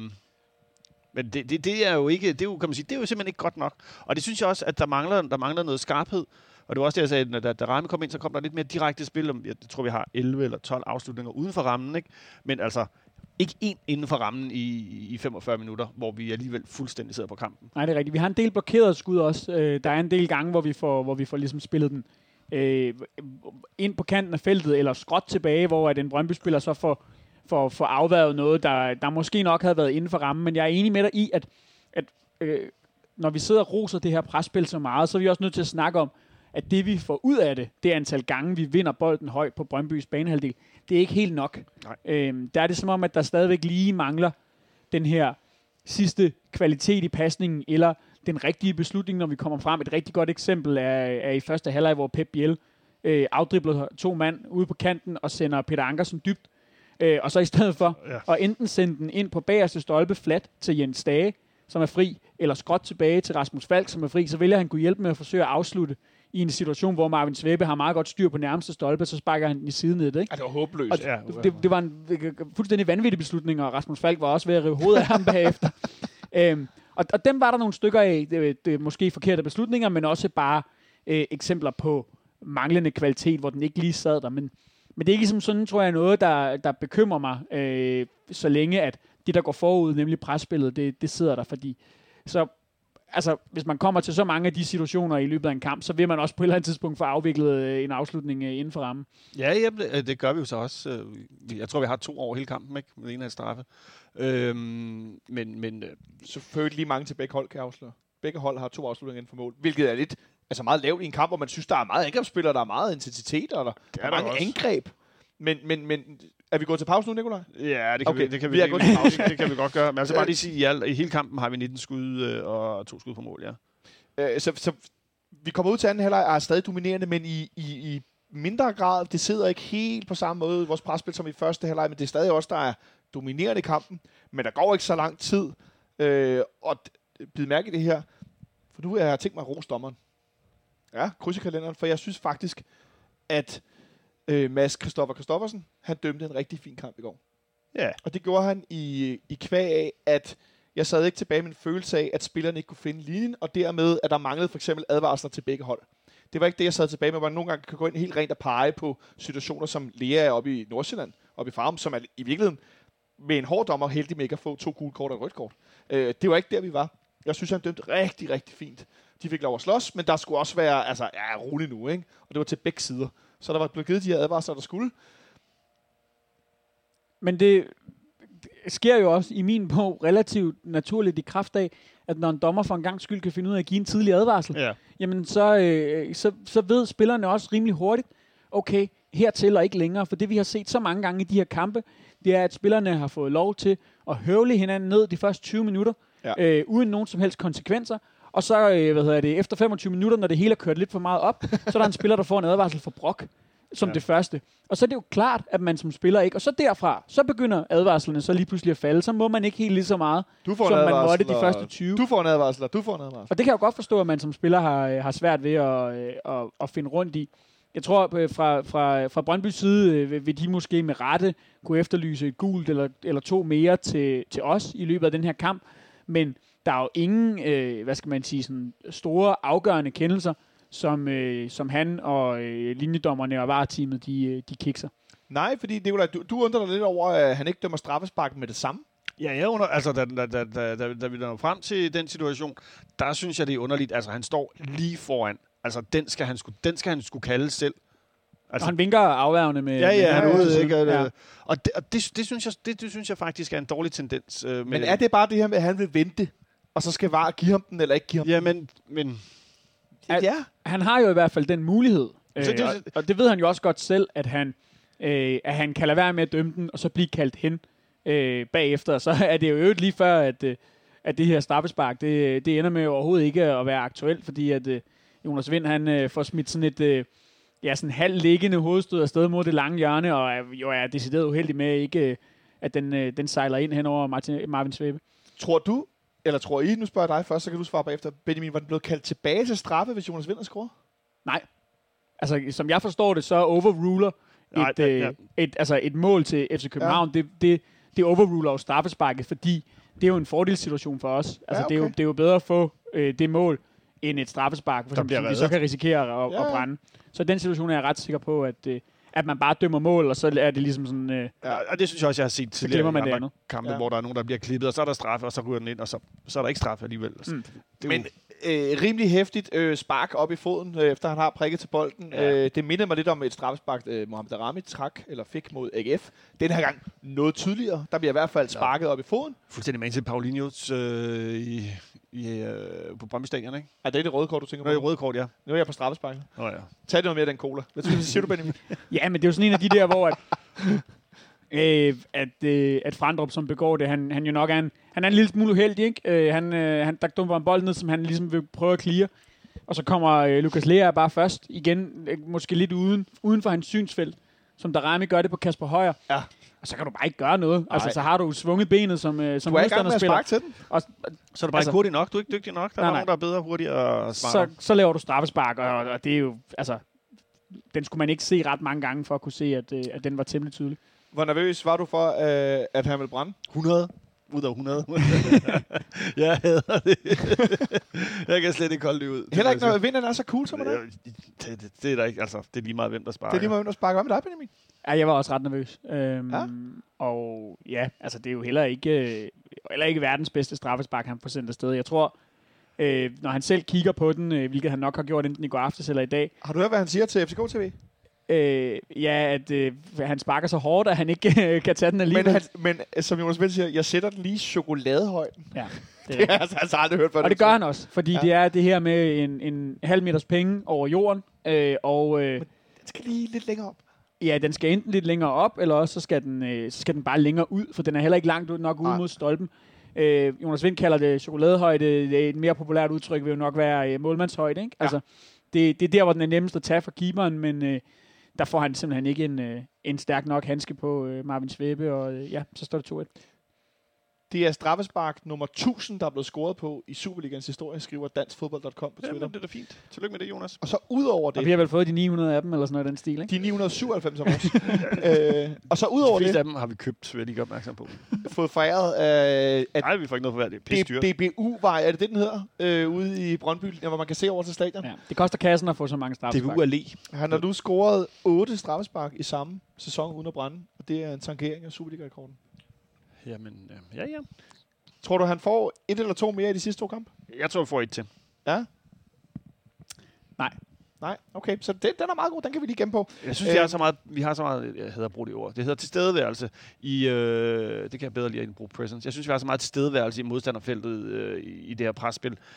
det er jo ikke, det er jo, kan man sige, det er jo simpelthen ikke godt nok. Og det synes jeg også, at der mangler noget skarphed. Og det var også det, jeg sagde, at da Rami kom ind, så kom der lidt mere direkte spil. Jeg tror, vi har 11 eller 12 afslutninger uden for rammen, ikke? Men altså ikke én inden for rammen i 45 minutter, hvor vi alligevel fuldstændig sidder på kampen. Nej, det er rigtigt. Vi har en del blokerede skud også. Der er en del gange, hvor vi får ligesom spillet den ind på kanten af feltet, eller skråt tilbage, hvor en Brøndby-spiller så får afværget noget, der måske nok havde været inden for rammen. Men jeg er enig med dig i, at når vi sidder og roser det her presspil så meget, så er vi også nødt til at snakke om, at det vi får ud af det antal gange, vi vinder bolden højt på Brøndbys banehalvdel, det er ikke helt nok. Der er det som om, at der stadigvæk lige mangler den her sidste kvalitet i pasningen, eller den rigtige beslutning, når vi kommer frem. Et rigtig godt eksempel er i første halvleg, hvor Pep Biel afdribler 2 mand ude på kanten og sender Peter Ankersen dybt. Og så i stedet for at enten sende den ind på bagerste stolpe flat til Jens Dage, som er fri, eller skråt tilbage til Rasmus Falk, som er fri, så vælger han kunne hjælpe med at forsøge at afslutte i en situation, hvor Marvin Svebbe har meget godt styr på nærmeste stolpe, så sparker han i siden af det. Ikke? Det var håbløst. Det var en fuldstændig vanvittig beslutning, og Rasmus Falk var også ved at rive hovedet af ham bagefter. Og dem var der nogle stykker af, det måske forkerte beslutninger, men også bare eksempler på manglende kvalitet, hvor den ikke lige sad der. Men det er ikke ligesom sådan, tror jeg, noget, der bekymrer mig, så længe at det, der går forud, nemlig presspillet, det sidder der, fordi så, altså, hvis man kommer til så mange af de situationer i løbet af en kamp, så vil man også på et eller andet tidspunkt få afviklet en afslutning inden for rammen. Ja, det gør vi jo så også. Jeg tror, vi har 2 over hele kampen, ikke? Med en af straffe. Men så førte lige mange til begge hold, kan jeg afsløre. Begge hold har 2 afslutninger inden for mål, hvilket er lidt meget lavt i en kamp, hvor man synes, der er meget angrebsspillere, der er meget intensitet, og der er mange angreb. Men er vi gået til pause nu, Nikolaj? Ja, det kan vi godt gøre. Men altså bare lige sige, at i hele kampen har vi 19 skud og 2 skud på mål, ja. Så vi kommer ud til anden halvleg og er stadig dominerende, men i mindre grad, det sidder ikke helt på samme måde vores presspil som i første halvleg, men det er stadig også, der er dominerende i kampen, men der går ikke så lang tid. Og bid mærke i det her, for nu har jeg tænkt mig at rose dommeren. Ja, kryds i kalenderen, for jeg synes faktisk, at Mads Christoffersen, han dømte en rigtig fin kamp i går. Ja. Og det gjorde han i kvæg af, at jeg sad ikke tilbage med en følelse af, at spillerne ikke kunne finde linjen, og dermed, at der manglede for eksempel advarsler til begge hold. Det var ikke det, jeg sad tilbage med, hvor man nogle gange kan gå ind helt rent og pege på situationer, som Lea er oppe i Nordsjælland, oppe i Farum, som er i virkeligheden med en hård dommer heldig med ikke at få 2 gule kort og et rødt kort. Det var ikke der, vi var. Jeg synes, han dømte rigtig, rigtig fint. De fik lov at slås, men der skulle også være, roligt nu, ikke? Og det var til begge sider. Så der var blevet givet de her advarsler, der skulle. Men det sker jo også i min bog relativt naturligt i kraft af, at når en dommer for en gang skyld kan finde ud af at give en tidlig advarsel, jamen så ved spillerne også rimelig hurtigt, okay, hertil og ikke længere. For det, vi har set så mange gange i de her kampe, det er, at spillerne har fået lov til at høvle hinanden ned de første 20 minutter, uden nogen som helst konsekvenser. Og så, efter 25 minutter, når det hele er kørt lidt for meget op, så er der en spiller, der får en advarsel for brok, som det første. Og så er det jo klart, at man som spiller ikke... Og så derfra, så begynder advarslerne så lige pludselig at falde. Så må man ikke helt lige så meget, som man måtte de første 20. Du får en advarsel. Og det kan jeg jo godt forstå, at man som spiller har svært ved at finde rundt i. Jeg tror, fra Brøndbys side vil de måske med rette kunne efterlyse et gult eller 2 mere til os i løbet af den her kamp. Men der er jo ingen, sådan store afgørende kendelser, som han og linjedommerne og VAR-teamet, de kikser. Nej, fordi det er jo, du undrer dig lidt over, at han ikke dømmer straffespark med det samme. Ja, jeg undrer, altså da vi når frem til den situation, der synes jeg, det er underligt. Altså, han står lige foran. Altså, den skal han sgu kalde selv. Altså, og han vinker afværgende med... Ja, han er ude, ikke? Ja. Og det synes jeg faktisk er en dårlig tendens. Men er det bare det her med, at han vil vente, og så skal VAR give ham den, eller ikke give ham den? Men han har jo i hvert fald den mulighed. Og det ved han jo også godt selv, at han kan lade være med at dømme den, og så blive kaldt hen bagefter. Så er det jo øvrigt lige før, at det her straffespark, det ender med overhovedet ikke at være aktuelt, fordi at Jonas Wind, han får smidt sådan et... sådan halvliggende hovedstød afsted mod det lange hjørne, og er decideret uheldig med ikke, at den sejler ind hen over Marvin Svebe. Tror du, eller tror I, nu spørger jeg dig først, så kan du svare bagefter, Benjamin, var den blevet kaldt tilbage til straffe, hvis Jonas Wind scorede? Nej. Altså, som jeg forstår det, så overruler et mål til FC København, det overruler jo straffesparket, fordi det er jo en fordelssituation for os. Altså, det er jo bedre at få det mål, end et straffespark, som vi så kan risikere at brænde. Så den situation er jeg ret sikker på, at man bare dømmer mål, og så er det ligesom sådan... og det synes jeg også, jeg har set tidligere i andre kampe, hvor der er nogen, der bliver klippet, og så er der straffe, og så ryger den ind, og så er der ikke straffe alligevel. Men rimelig hæftigt spark op i foden, efter han har prikket til bolden. Det mindede mig lidt om et straffespark, Mohamed Darami fik mod AGF. Den her gang noget tydeligere. Der bliver i hvert fald sparket op i foden. Fuldstændig med til Paulinhos på Brøndby Stadion, ikke? Er det røde kort, du tænker på? Det er røde kort, ja. Nu er jeg på straffesparket. Tag det noget mere af den cola. Hvad siger du, Benjamin? Ja, men det er jo sådan en af de der, hvor at Frandrup, som begår det, han jo nok er han er en lille smule uheldig, ikke? Der dumper en bold ned, som han ligesom vil prøve at clear. Og så kommer Lukas Lea bare først igen, måske lidt uden for hans synsfelt, som Darami gør det på Kasper Højer. Ja. Og så kan du bare ikke gøre noget. Altså, så har du svunget benet som modstanderspiller. Du er i gang med at sparke til den. Så er du bare ikke hurtig nok. Du er ikke dygtig nok. Der er nogen, der er bedre hurtigere. Så laver du straffespark, og det er jo... Altså, den skulle man ikke se ret mange gange, for at kunne se, at den var temmelig tydelig. Hvor nervøs var du for, at han ville brænde? 100. Ud af 100. Jeg hader det. Jeg kan slet ikke holde det ud. Heller ikke, når vinderen er så cool som det. Det er der ikke. Altså, det er lige meget, hvem der sparker. Det er lige meget, hvem der sparker. Hvad med dig, Benjamin? Ja, jeg var også ret nervøs. Og ja, altså det er jo heller ikke verdens bedste straffespark, han får sendt afsted. Jeg tror, når han selv kigger på den, hvilket han nok har gjort enten i går aftes eller i dag. Har du hørt, hvad han siger til FCK TV? Han sparker så hårdt, at han ikke kan tage den alligevel. Men som Jonas Wind siger, jeg sætter den lige i chokoladehøjden. Ja, det har altså aldrig hørt før. Og det gør han også, fordi det er det her med en halv meters penge over jorden. Men den skal lige lidt længere op. Ja, den skal enten lidt længere op, eller også så skal den bare længere ud, for den er heller ikke langt nok ude mod stolpen. Jonas Wind kalder det chokoladehøjde. Det er et mere populært udtryk, vil jo nok være målmandshøjde, ikke? Ja. Altså, det er der, hvor den er nemmest at tage for keeperen, men der får han simpelthen ikke en stærk nok handske på Marvin Svebe, og så står det 2-1. Det er straffespark nummer 1000, der er blevet scoret på i Superligans historie, skriver danskfodbold.com på Twitter. Jamen, det er da fint. Tillykke med det, Jonas. Og så udover det... Og vi har vel fået de 900 af dem, eller sådan noget i den stil, ikke? De 997 af os. Og så udover det... af dem har vi købt, vil jeg lige opmærksom på. Fået fejret nej, vi får ikke noget for hver det. DBU-vej, er det den hedder? Ude i Brøndby, hvor man kan se over til stadion. Ja, det koster kassen at få så mange straffespark. DBU Allé. Han har nu scoret 8 straffespark i samme sæson uden at brænde, og det er en tangering af Superliga-rekorden. Jamen, ja. Tror du, han får 1 eller 2 mere i de sidste 2 kampe? Jeg tror, vi får 1 til. Ja? Nej, okay. Så den er meget god. Den kan vi lige gemme på. Jeg synes, vi har så meget, jeg hedder bruge det ord. Det hedder tilstedeværelse i, det kan jeg bedre lide at bruge presence. Jeg synes, vi har så meget tilstedeværelse i modstanderfeltet i det her presspil.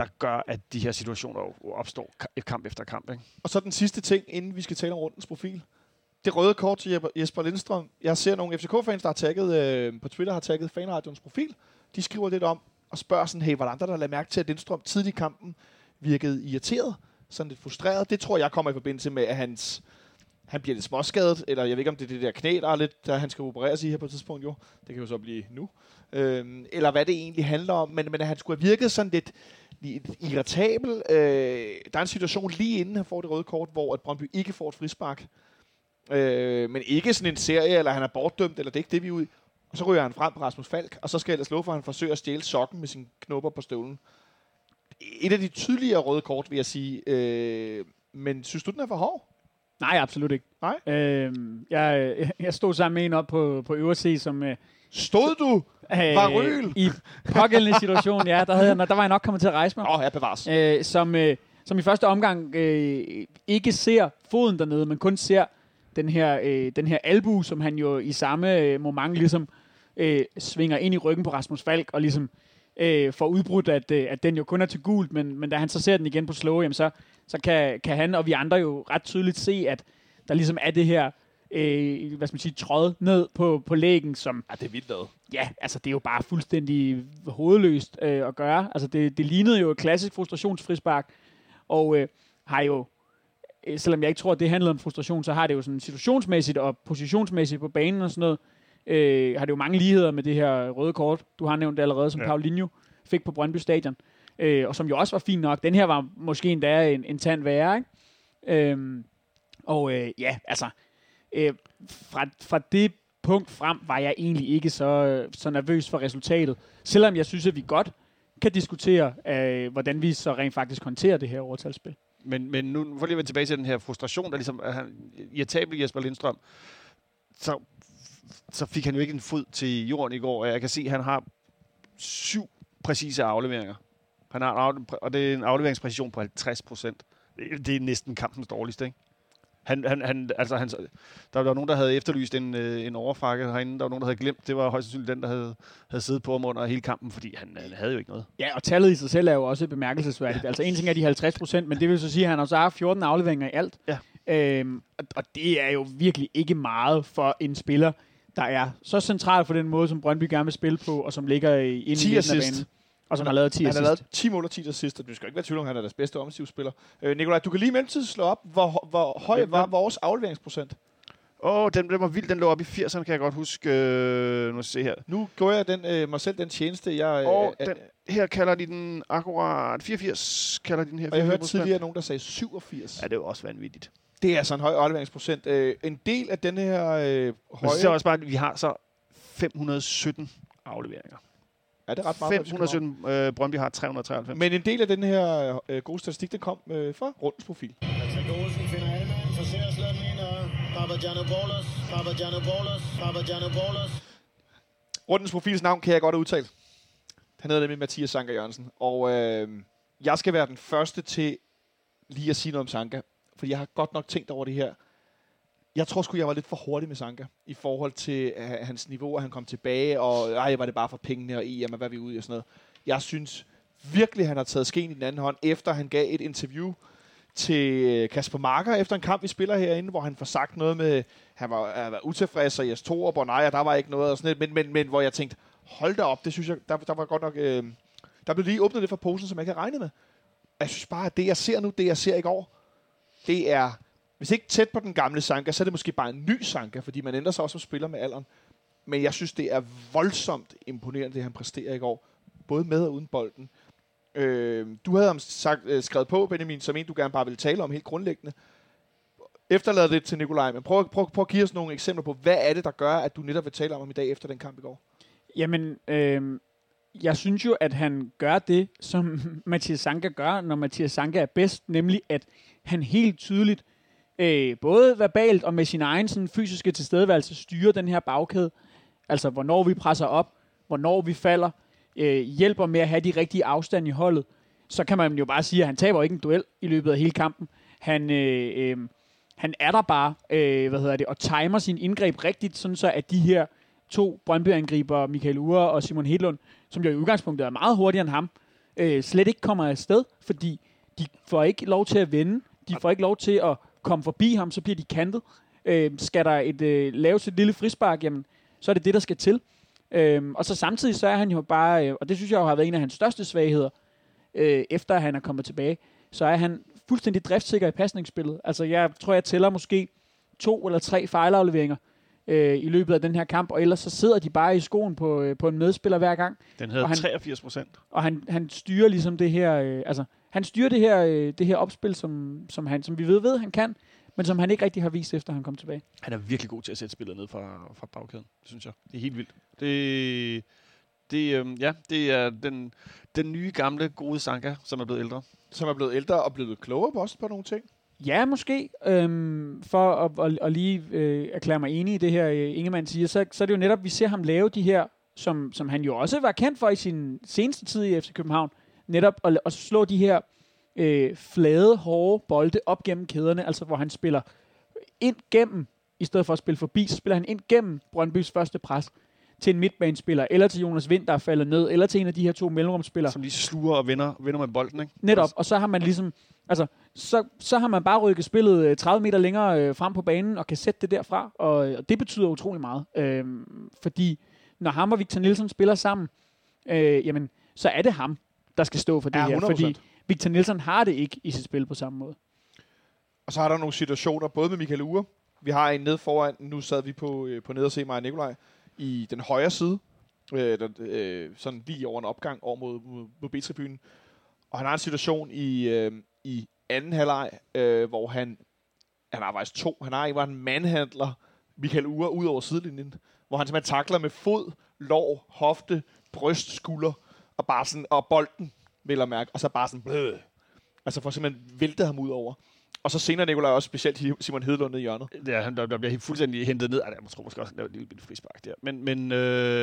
der gør, at de her situationer opstår kamp efter kamp. Ikke? Og så den sidste ting, inden vi skal tale om rundens profil. Det røde kort til Jesper Lindstrøm. Jeg ser nogle FCK-fans, der har tagget på Twitter, har tagget Fanradions profil. De skriver lidt om og spørger sådan, hey, var der andre, der lagde mærke til, at Lindstrøm tidlig i kampen virkede irriteret, sådan lidt frustreret. Det tror jeg kommer i forbindelse med, at han bliver lidt småskadet, eller jeg ved ikke, om det er det der knæ, der er lidt, der han skal opereres i her på et tidspunkt, jo. Det kan jo så blive nu. Eller hvad det egentlig handler om, men at han skulle have virket sådan lidt irritabel. Der er en situation lige inden han får det røde kort, hvor at Brøndby ikke får et frispark. Men ikke sådan en serie, eller han er bortdømt, eller det er ikke det, vi er ude i. Og så ryger han frem på Rasmus Falk, og så skal jeg ellers love for, at han forsøger at stjæle sokken med sine knopper på støvlen. Et af de tydeligere røde kort, vil jeg sige. Men synes du, den er for hård? Nej, absolut ikke. Nej? Jeg stod sammen med en op på øverse, som... Stod du? Var ryl? I pågældende situation, ja. Der var jeg nok kommet til at rejse mig. Jeg bevares. Som i første omgang ikke ser foden dernede, men kun ser den her albue, som han jo i samme moment ligesom svinger ind i ryggen på Rasmus Falk, og ligesom får udbrudt, at den jo kun er til gult, men da han så ser den igen på slow, jamen så kan han og vi andre jo ret tydeligt se, at der ligesom er det her tråd ned på lægen, som... Ja, det er vildt noget. Ja, altså det er jo bare fuldstændig hovedløst at gøre. Altså det lignede jo et klassisk frustrationsfrispark, og har jo, selvom jeg ikke tror, at det handlede om frustration, så har det jo sådan situationsmæssigt og positionsmæssigt på banen og sådan noget, har det jo mange ligheder med det her røde kort. Du har nævnt det allerede, som Paulinho fik på Brøndby Stadion, og som jo også var fint nok. Den her var måske endda en tand værre, ikke? Fra det punkt frem var jeg egentlig ikke så nervøs for resultatet. Selvom jeg synes, at vi godt kan diskutere, hvordan vi så rent faktisk håndterer det her overtalsspil. Men nu får lige vende tilbage til den her frustration, der ligesom er han irritabel Jesper Lindstrøm. Så fik han jo ikke en fod til jorden i går, og jeg kan se, at han har 7 præcise afleveringer. Han har og det er en afleveringspræcision på 50%. Det er næsten kampens dårligste, ikke? Der var nogen, der havde efterlyst en overfrakke herinde. Der var nogen, der havde glemt. Det var højst sandsynligt den, der havde siddet på ham under hele kampen, fordi han havde jo ikke noget. Ja, og tallet i sig selv er jo også bemærkelsesværdigt. Ja. Altså en ting er de 50%, men det vil så sige, at han også har 14 afleveringer i alt. Ja. Og det er jo virkelig ikke meget for en spiller, der er så central for den måde, som Brøndby gerne vil spille på, og som ligger inde i midten af banen. Og som har lavet 10 assist. Han har lavet 10 mål og 10 assist, og du skal ikke være tvivl om, han er deres bedste offensivspiller. Nikolaj, du kan lige mellemtid slå op, hvor høj var vores afleveringsprocent? Den var vild. Den lå op i 80'erne, kan jeg godt huske. Nu se her. Nu går jeg mig selv den tjeneste. Her kalder de den akkurat 84, kalder de den her. Og jeg hørte tidligere nogen, der sagde 87. Ja, det er jo også vanvittigt. Det er altså en høj afleveringsprocent. En del af den her høje... Men så også bare, at vi har så 517 afleveringer. Ja, det er ret meget. 517, Brøndby har 393. Men en del af den her gode statistik, den kom fra rundens profil. Rundens profils navn kan jeg godt udtale. Han hedder nemlig Mathias Sanka Jørgensen. Og jeg skal være den første til lige at sige noget om Sanka. Fordi jeg har godt nok tænkt over det her. Jeg tror sgu, jeg var lidt for hurtig med Sanka i forhold til hans niveau, at han kom tilbage, og var det bare for pengene og EM, og hvad vi ude i og sådan noget. Jeg synes virkelig, han har taget skeen i den anden hånd, efter han gav et interview til Kasper Marker efter en kamp, vi spiller herinde, hvor han får sagt noget med, han var utilfreds, og Jes Torup, og nej, der var ikke noget og sådan noget, men hvor jeg tænkte, hold da op, det synes jeg, der var godt nok, der blev lige åbnet det for posen, som jeg ikke havde regnet med. Jeg synes bare, at det jeg ser nu, det jeg ser i går, det er... Hvis ikke tæt på den gamle Sanka, så er det måske bare en ny Sanka, fordi man ændrer sig også som spiller med alderen. Men jeg synes, det er voldsomt imponerende, det han præsterer i går. Både med og uden bolden. Du havde skrevet på, Benjamin, som en, du gerne bare ville tale om helt grundlæggende. Efterlad det til Nikolaj, men prøv at give os nogle eksempler på, hvad er det, der gør, at du netop vil tale om ham i dag efter den kamp i går? Jamen, jeg synes jo, at han gør det, som Mathias Sanka gør, når Mathias Sanka er bedst, nemlig at han helt tydeligt både verbalt og med sin egen sådan, fysiske tilstedeværelse styrer den her bagkæde. Altså, hvornår vi presser op, hvornår vi falder, hjælper med at have de rigtige afstand i holdet. Så kan man jo bare sige, at han taber ikke en duel i løbet af hele kampen. Han er der bare, og timer sin indgreb rigtigt, sådan så at de her 2 Brøndby-angriber, Michael Uhre og Simon Hedlund, som jo i udgangspunktet er meget hurtigere end ham, slet ikke kommer afsted, fordi de får ikke lov til at vende. De får ikke lov til at komme forbi ham, så bliver de kantet. Skal der laves et lille frispark, jamen, så er det det, der skal til. Og så samtidig så er han jo bare, og det synes jeg jo har været en af hans største svagheder, efter han er kommet tilbage, så er han fuldstændig driftssikker i pasningsspillet. Altså jeg tror, jeg tæller måske 2 eller 3 fejlafleveringer i løbet af den her kamp, og ellers så sidder de bare i skoen på en medspiller hver gang. Den hedder 83%. Og han styrer ligesom det her, han styrer det her opspil, som vi ved han kan, men som han ikke rigtig har vist, efter han kom tilbage. Han er virkelig god til at sætte spillet ned fra bagkæden, synes jeg. Det er helt vildt. Det er den nye, gamle, gode Sanka, som er blevet ældre. Som er blevet ældre og blevet klogere også på nogle ting. Ja, måske. For at lige erklære mig enig i det her, Ingemann siger, så er det jo netop, vi ser ham lave de her, som han jo også var kendt for i sin seneste tid i FC København, netop at slå de her flade, hårde bolde op gennem kæderne, altså hvor han spiller ind gennem, i stedet for at spille forbi, så spiller han ind gennem Brøndbys første pres til en midtbanespiller, eller til Jonas Vind, der er faldet ned, eller til en af de her 2 mellemrumspillere. Som lige sluger og vinder med bolden, ikke? Netop, og så har man ligesom, så har man bare rykket spillet 30 meter længere frem på banen, og kan sætte det derfra, og det betyder utrolig meget. Fordi når ham og Victor Nilsson spiller sammen, jamen, så er det ham, der skal stå for det her, 100%. fordi Victor Nilsson har det ikke i sit spil på samme måde. Og så er der nogle situationer, både med Michael Uhre. Vi har en ned foran, nu sad vi på ned og se mig og Nikolaj, i den højre side, sådan lige over en opgang over mod B-tribunen. Og han har en situation i anden halvleg, hvor han har faktisk 2. Han har en, hvor han manhandler Michael Uhre ud over sidelinjen, hvor han simpelthen takler med fod, lår, hofte, bryst, skulder, og bare sådan, og bolden, vil jeg mærke, og så bare sådan, blød. Altså for simpelthen vælte ham ud over. Og så senere, Nikolaj, også specielt Simon Hedlund nede i hjørnet. Ja, der bliver fuldstændig hentet ned. Jeg tror måske også, at det er et lille frispark der. Men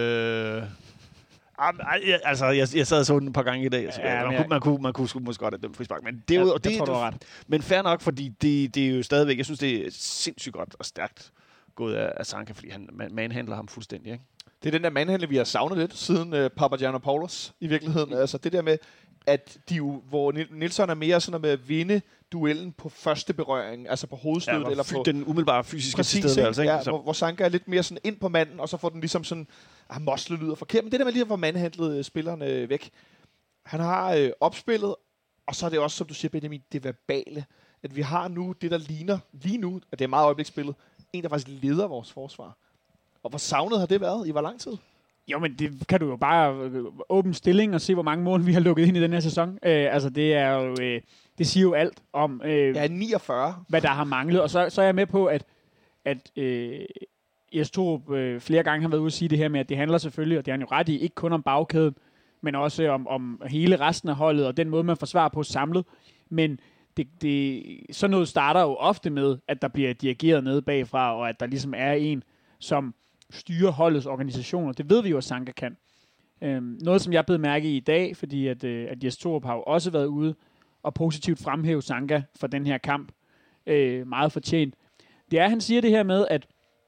jeg sad og så den et par gange i dag. Man kunne sgu måske godt have dømt frispark. Men det er jo, det tror du ret. Men fair nok, fordi det er jo stadigvæk, jeg synes, det er sindssygt godt og stærkt gået af Sanka, fordi han manhandler ham fuldstændig, ikke? Det er den der manhandle, vi har savnet lidt siden Papagiannopoulos i virkeligheden. Altså det der med, at hvor Nilsson er mere sådan med at vinde duellen på første berøring, altså på hovedstødet, eller på den umiddelbare fysiske tilstedeværelse, ikke? Ja, hvor Sanka er lidt mere sådan ind på manden, og så får den ligesom sådan, mosle lyder forkert, men det der med lige at få manhandlet spillerne væk. Han har opspillet, og så er det også, som du siger, Benjamin, det verbale, at vi har nu det, der ligner lige nu, at det er meget øjebliksspillet, en, der faktisk leder vores forsvar. Og hvor savnet har det været i hvor lang tid? Jo, men det kan du jo bare åbne stilling og se, hvor mange mål vi har lukket ind i den her sæson. Altså, det er jo, det siger jo alt om, 49. Hvad der har manglet. Og så er jeg med på, at Jes Torup flere gange har været ude at sige det her med, at det handler selvfølgelig, og det er han jo ret i, ikke kun om bagkæden, men også om hele resten af holdet, og den måde, man forsvarer på samlet. Men sådan noget starter jo ofte med, at der bliver dirigeret nede bagfra, og at der ligesom er en, som styre holdets organisationer. Det ved vi jo, at Sanka kan. Noget, som jeg blev mærke i dag, fordi at Jes Torup har jo også været ude og positivt fremhæve Sanka for den her kamp. Meget fortjent. Det er, at han siger det her med, at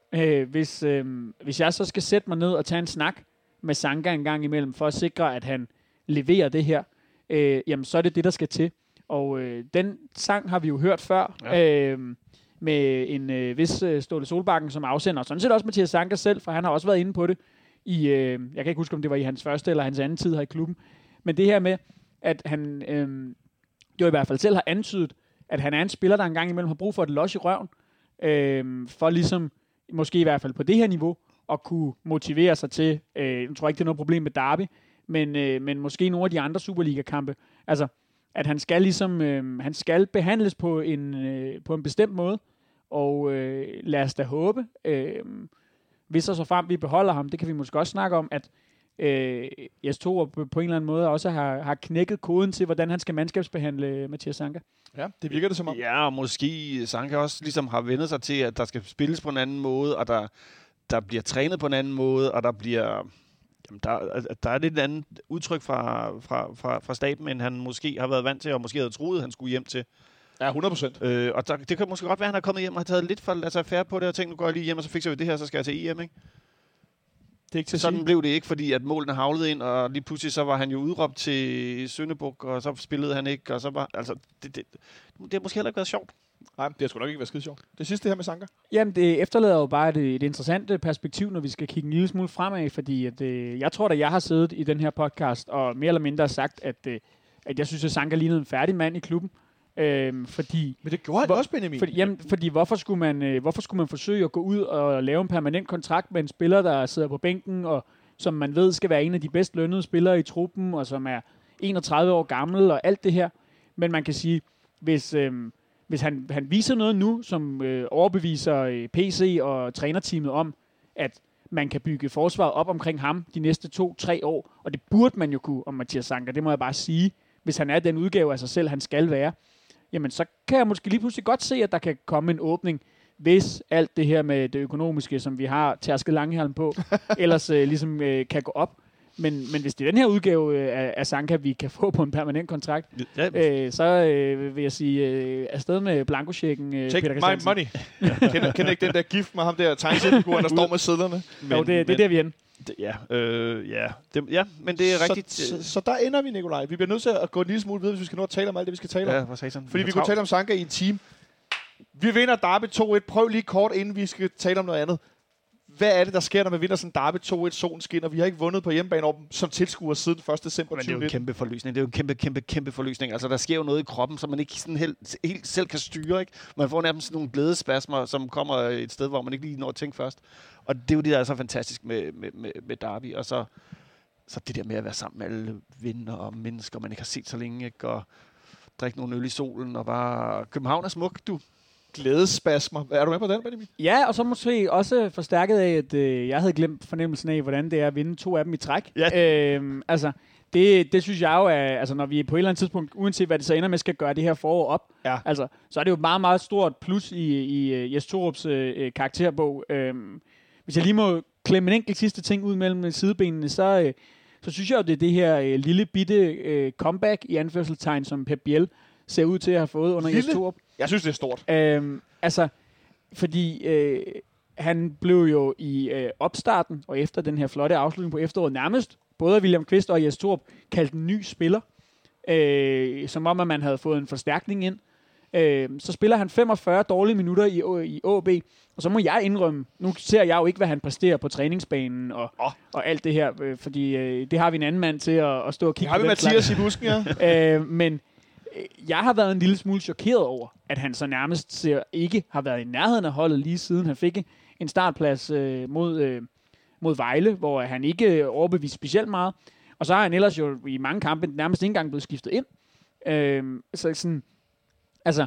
hvis jeg så skal sætte mig ned og tage en snak med Sanka en gang imellem, for at sikre, at han leverer det her, jamen så er det det, der skal til. Og den sang har vi jo hørt før, ja. Med en vis Ståle Solbakken som afsender, og sådan set også Mathias Sanka selv, for han har også været inde på det i, jeg kan ikke huske, om det var i hans første eller hans anden tid her i klubben, men det her med, at han jo i hvert fald selv har antydet, at han er en spiller, der engang imellem har brug for et los i røven, for ligesom, måske i hvert fald på det her niveau, at kunne motivere sig til, jeg tror ikke, det er noget problem med Derby, men måske nogle af de andre Superliga-kampe, altså, at han skal ligesom, han skal behandles på en bestemt måde, og lad os da håbe, hvis og så frem vi beholder ham, det kan vi måske også snakke om, at Jes Torup på en eller anden måde også har knækket koden til, hvordan han skal mandskabsbehandle Mathias Sanka. Ja, det virker det som om. Ja, og måske Sanka også ligesom har vendt sig til, at der skal spilles på en anden måde, og der bliver trænet på en anden måde, og der bliver... Jamen, der er lidt et andet udtryk fra staben, end han måske har været vant til, og måske havde troet, han skulle hjem til. Ja, 100%. Og det kan måske godt være, at han er kommet hjem og har taget lidt for at lade sig affære på det, og tænkt, nu går jeg lige hjem, og så fikser vi det her, så skal jeg til EM, ikke? Det er ikke til sådan blev det ikke, fordi at målene havlede ind, og lige pludselig så var han jo udråbt til Sønderborg, og så spillede han ikke, og så var, altså, det har måske heller ikke været sjovt. Nej, det har sgu nok ikke været skide sjovt. Det sidste her med Sanka? Jamen, det efterlader jo bare et interessant perspektiv, når vi skal kigge en lille smule fremad, fordi at, jeg tror, at jeg har siddet i den her podcast, og mere eller mindre sagt, at jeg synes, at Sanka lignede en færdig mand i klubben. Fordi, men det gjorde han også, Benjamin. Fordi hvorfor skulle man forsøge at gå ud og lave en permanent kontrakt med en spiller, der sidder på bænken, og som man ved skal være en af de bedst lønnede spillere i truppen, og som er 31 år gammel og alt det her. Men man kan sige, hvis han viser noget nu, som overbeviser PC og trænerteamet om, at man kan bygge forsvaret op omkring ham de næste 2-3 år, og det burde man jo kunne om Mathias Sanka, det må jeg bare sige, hvis han er den udgave af sig selv, han skal være, jamen så kan jeg måske lige pludselig godt se, at der kan komme en åbning, hvis alt det her med det økonomiske, som vi har tærsket Langehalm på, ellers ligesom kan gå op. Men hvis det er den her udgave af Sanka, vi kan få på en permanent kontrakt, så vil jeg sige, afsted med blankochecken. Take Peter my money. Kender ikke den der gift med ham der tegnsætfiguren, der står med sædlerne? Jo, det er der, vi ender. Men det er rigtigt. Så der ender vi, Nikolaj. Vi bliver nødt til at gå en lille smule videre, hvis vi skal nå at tale om alt det, vi skal tale om. Fordi vi kunne tale om Sanka i en time. Vi vinder Derby 2-1. Prøv lige kort, inden vi skal tale om noget andet. Hvad er det, der sker, når man vinder sådan Derby 2-1, solen skinner? Vi har ikke vundet på hjemmebane over dem som tilskuer siden 1. december 2019. Men det er jo en kæmpe forløsning. Det er jo en kæmpe forløsning. Altså, der sker jo noget i kroppen, som man ikke sådan helt selv kan styre. Ikke? Man får nærmest sådan nogle glædespasmer, som kommer et sted, hvor man ikke lige når at tænke først. Og det er jo det, der er så fantastisk med Derby. Og så det der med at være sammen med alle venner og mennesker, man ikke har set så længe, ikke? Og drikke nogle øl i solen, og bare... København er smuk, du. Glædespasmer. Er du med på den, Benjamin? Ja, og så måske også forstærket af, at jeg havde glemt fornemmelsen af, hvordan det er at vinde 2 af dem i træk. Ja. Altså, det synes jeg jo er, altså når vi på et eller andet tidspunkt, uanset hvad det så ender med, skal gøre det her forår op, altså, så er det jo et meget, meget stort plus i Jes Torups karakterbog. Hvis jeg lige må klemme en enkelt sidste ting ud mellem sidebenene, så synes jeg jo, det er det her lille bitte comeback i anførselstegn, som Pep Biel ser ud til at have fået under Jes Torup. Jeg synes, det er stort. Altså, fordi han blev jo i opstarten, og efter den her flotte afslutning på efteråret, nærmest både William Kvist og Jes Torup kaldt en ny spiller, som om, at man havde fået en forstærkning ind. Så spiller han 45 dårlige minutter i AB, og så må jeg indrømme, nu ser jeg jo ikke, hvad han præsterer på træningsbanen og alt det her, fordi det har vi en anden mand til at stå og kigge på. Det har vi Mathias i busken, ja. Men jeg har været en lille smule chokeret over, at han så nærmest ikke har været i nærheden af holdet lige siden han fik en startplads mod Vejle, hvor han ikke overbeviste specielt meget. Og så har han ellers jo i mange kampe nærmest ikke engang blevet skiftet ind. Så sådan, altså,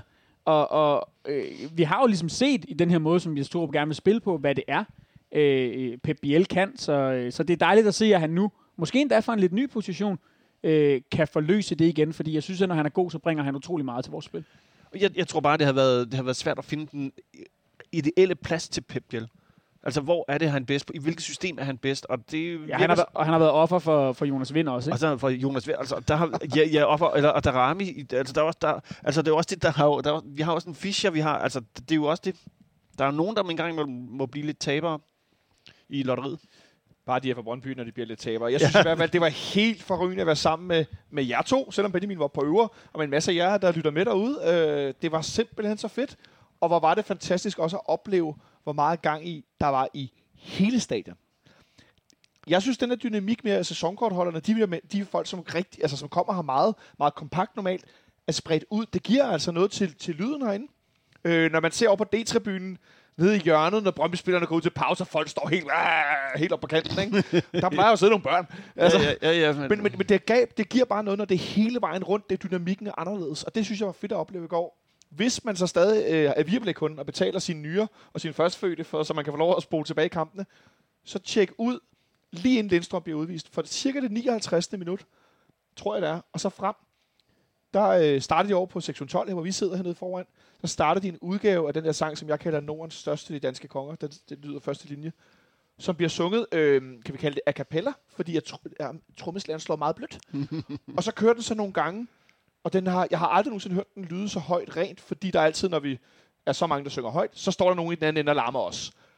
vi har jo ligesom set i den her måde, som Jes Torup gerne vil spille på, hvad det er, Pep Biel kan. Så det er dejligt at se, at han nu, måske endda for en lidt ny position, kan forløse det igen, fordi jeg synes, at når han er god, så bringer han utrolig meget til vores spil. Jeg tror bare, det har været svært at finde den ideelle plads til Pep Biel. Altså, hvor er det, han bedst på? I hvilket system er han bedst? Og det han har været offer for Jonas Vind også, ikke? Og så for Jonas Vind, altså, der har offer, og Darami, altså, det er også det, vi har også en Fischer, vi har, altså, det er jo også det, der er nogen, der engang må blive lidt tabere i lotteriet. Bare de her fra Brøndby, når de bliver lidt tabere. Jeg synes i hvert fald, det var helt forrygende at være sammen med jer to, selvom Benjamin var på øver, og med en masse af jer, der lytter med derude. Det var simpelthen så fedt, og hvor var det fantastisk også at opleve, hvor meget gang i der var i hele stadion. Jeg synes, den her dynamik med sæsonkortholderne, de er folk, som rigtig, altså som kommer her meget, meget kompakt normalt, er spredt ud. Det giver altså noget til lyden herinde. Når man ser over på D-tribunen, nede i hjørnet, når Brøndby-spillerne går ud til pause, og folk står helt op på kanten, ikke? Der plejer jo at sidde nogle børn. Altså, men det gab, det giver bare noget, når det er hele vejen rundt, det dynamikken er anderledes. Og det synes jeg var fedt at opleve i går. Hvis man så stadig er Viaplay-kunden og betaler sine nyrer og sine førstfødte, så man kan få lov at spole tilbage i kampene, så tjek ud, lige inden Lindstrøm bliver udvist. For cirka det 59. minut, tror jeg det er, og så frem, der startede de over på sektion 12, hvor vi sidder hernede foran. Så startede de en udgave af den der sang, som jeg kalder Nordens største de danske konger. Det lyder første linje. Som bliver sunget, kan vi kalde det a cappella, fordi trommeslageren slår meget blødt. Og så kører den så nogle gange, og jeg har aldrig nogensinde hørt den lyde så højt rent, fordi der altid, når vi er så mange, der synger højt, så står der nogen i den anden ende og larmer os.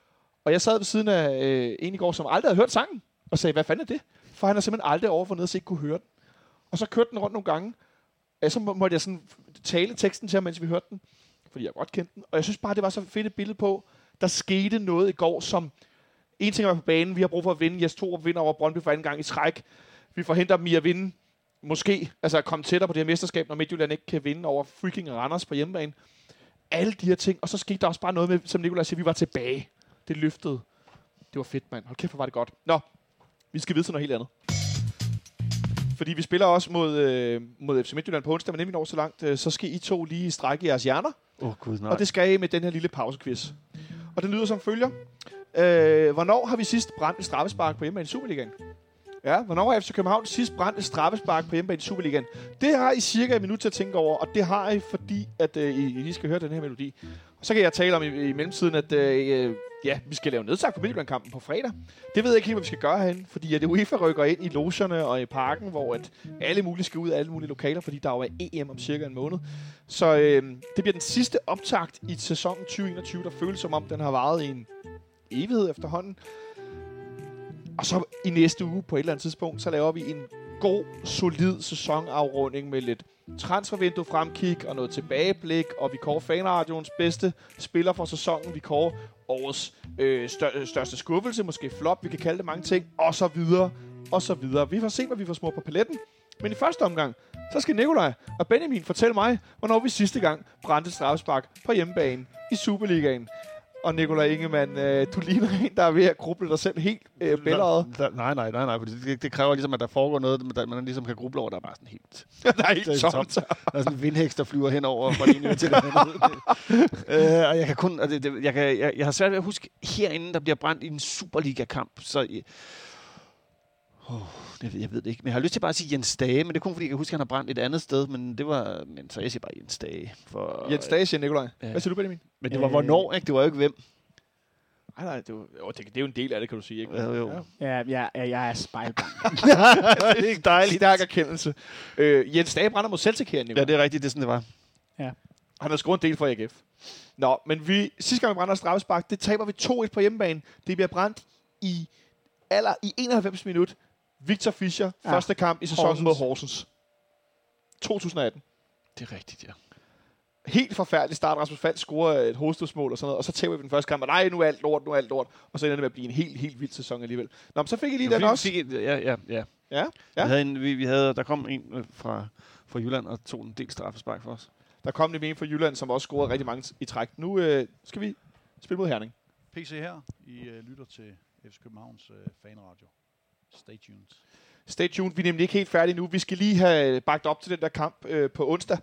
Og jeg sad ved siden af en i går, som aldrig havde hørt sangen, og sagde, hvad fanden er det? For han har simpelthen aldrig overfundet, så ikke kunne høre den. Og så kørte den rundt nogle gange. Så måtte jeg sådan tale teksten til ham, mens vi hørte den, fordi jeg godt kendte den. Og jeg synes bare, det var så fedt et billede på, der skete noget i går, som en ting var på banen. Vi har brug for at vinde. Jes Torup vinder over Brøndby for anden gang i træk. Vi forhindrer dem i at vinde. Måske, altså at komme tættere på det her mesterskab, når Midtjylland ikke kan vinde over freaking Randers på hjemmebane. Alle de her ting. Og så skete der også bare noget med, som Nikolaj siger, vi var tilbage. Det løftede. Det var fedt, mand. Hold kæft, hvor var det godt. Nå, vi skal videre til noget helt andet. Fordi vi spiller også mod FC Midtjylland på onsdag, men nemlig når så langt, så skal I to lige strække jeres hjerner. Gud, nej. Og det skal I med den her lille pausequiz. Og den lyder som følger. Hvornår har vi sidst brændt et straffespark på hjemmebane i Superligaen? Ja, hvornår har FC København sidst brændt et straffespark på hjemmebane i Superligaen? Det har I cirka et minut til at tænke over, og det har I, fordi at I lige skal høre den her melodi. Og så kan jeg tale om i mellemtiden, at vi skal lave nedtag på Midtjylland-kampen på fredag. Det ved jeg ikke helt, hvad vi skal gøre herinde, fordi at UEFA rykker ind i logerne og i parken, hvor at alle mulige skal ud af alle mulige lokaler, fordi der jo er EM om cirka en måned. Så det bliver den sidste optakt i sæsonen 2021, der føles som om, den har varet i en evighed efterhånden. Og så i næste uge på et eller andet tidspunkt, så laver vi en god, solid sæsonafrunding med lidt transfervindue fremkig og noget tilbageblik, og vi kårer Fanradioens bedste spiller for sæsonen. Vi kårer årets største skuffelse, måske flop, vi kan kalde det mange ting, og så videre, og så videre. Vi får se, hvad vi får små på paletten. Men i første omgang, så skal Nikolaj og Benjamin fortælle mig, hvornår vi sidste gang brændte straffespark på hjemmebane i Superligaen. Og Nikolaj Ingemann, du ligner en, der er ved at gruble dig selv helt bælgeret. Nej, for det kræver ligesom, at der foregår noget, man ligesom kan gruble over, der er bare sådan helt... der er helt tomt. Der er sådan en vindhæks, der flyver henover fra det ene til det andet. Og jeg kan kun... Jeg har svært ved at huske, herinde, der bliver brændt i en Superliga-kamp, så... Jeg ved det ikke, men jeg har lyst til bare at sige Jens Dage, men det er kun fordi, jeg kan huske, at han har brændt et andet sted, men det var... Men så jeg siger bare Jens Dage. Jens Dage siger Nikolaj. Hvad siger du, Benjamin? Men det var hvornår, ikke? Det var jo ikke hvem. Nej, det er jo en del af det, kan du sige, ikke? Jo. Ja, jeg er spejlbank. Det er ikke dejligt. Stærk erkendelse. Jens Dage brænder mod Celtic her, Nikolaj. Ja, det er rigtigt, det er sådan, det var. Ja. Han har scoret en del for AGF. Nå, men sidste gang vi brænder straffespark, det taber vi 2-1 på hjemmebane. Det bliver brændt i 91 minut. Victor Fischer, første kamp i sæsonen mod Horsens. 2018. Det er rigtigt, ja. Helt forfærdelig start. Rasmus Falk scorer et hovedstødsmål og sådan noget, og så taber vi den første kamp, og nej, nu er alt lort, og så ender det med at blive en helt vild sæson alligevel. Nå, men så fik I lige den også. Ja. Der kom en fra Jylland og tog en del straffespark for os. Der kom nemlig en fra Jylland, som også scorede rigtig mange i træk. Nu skal vi spille mod Herning. PC her. I lytter til FC Københavns fanradio. Stay tuned. Stay tuned. Vi er nemlig ikke helt færdige nu. Vi skal lige have bagt op til den der kamp på onsdag.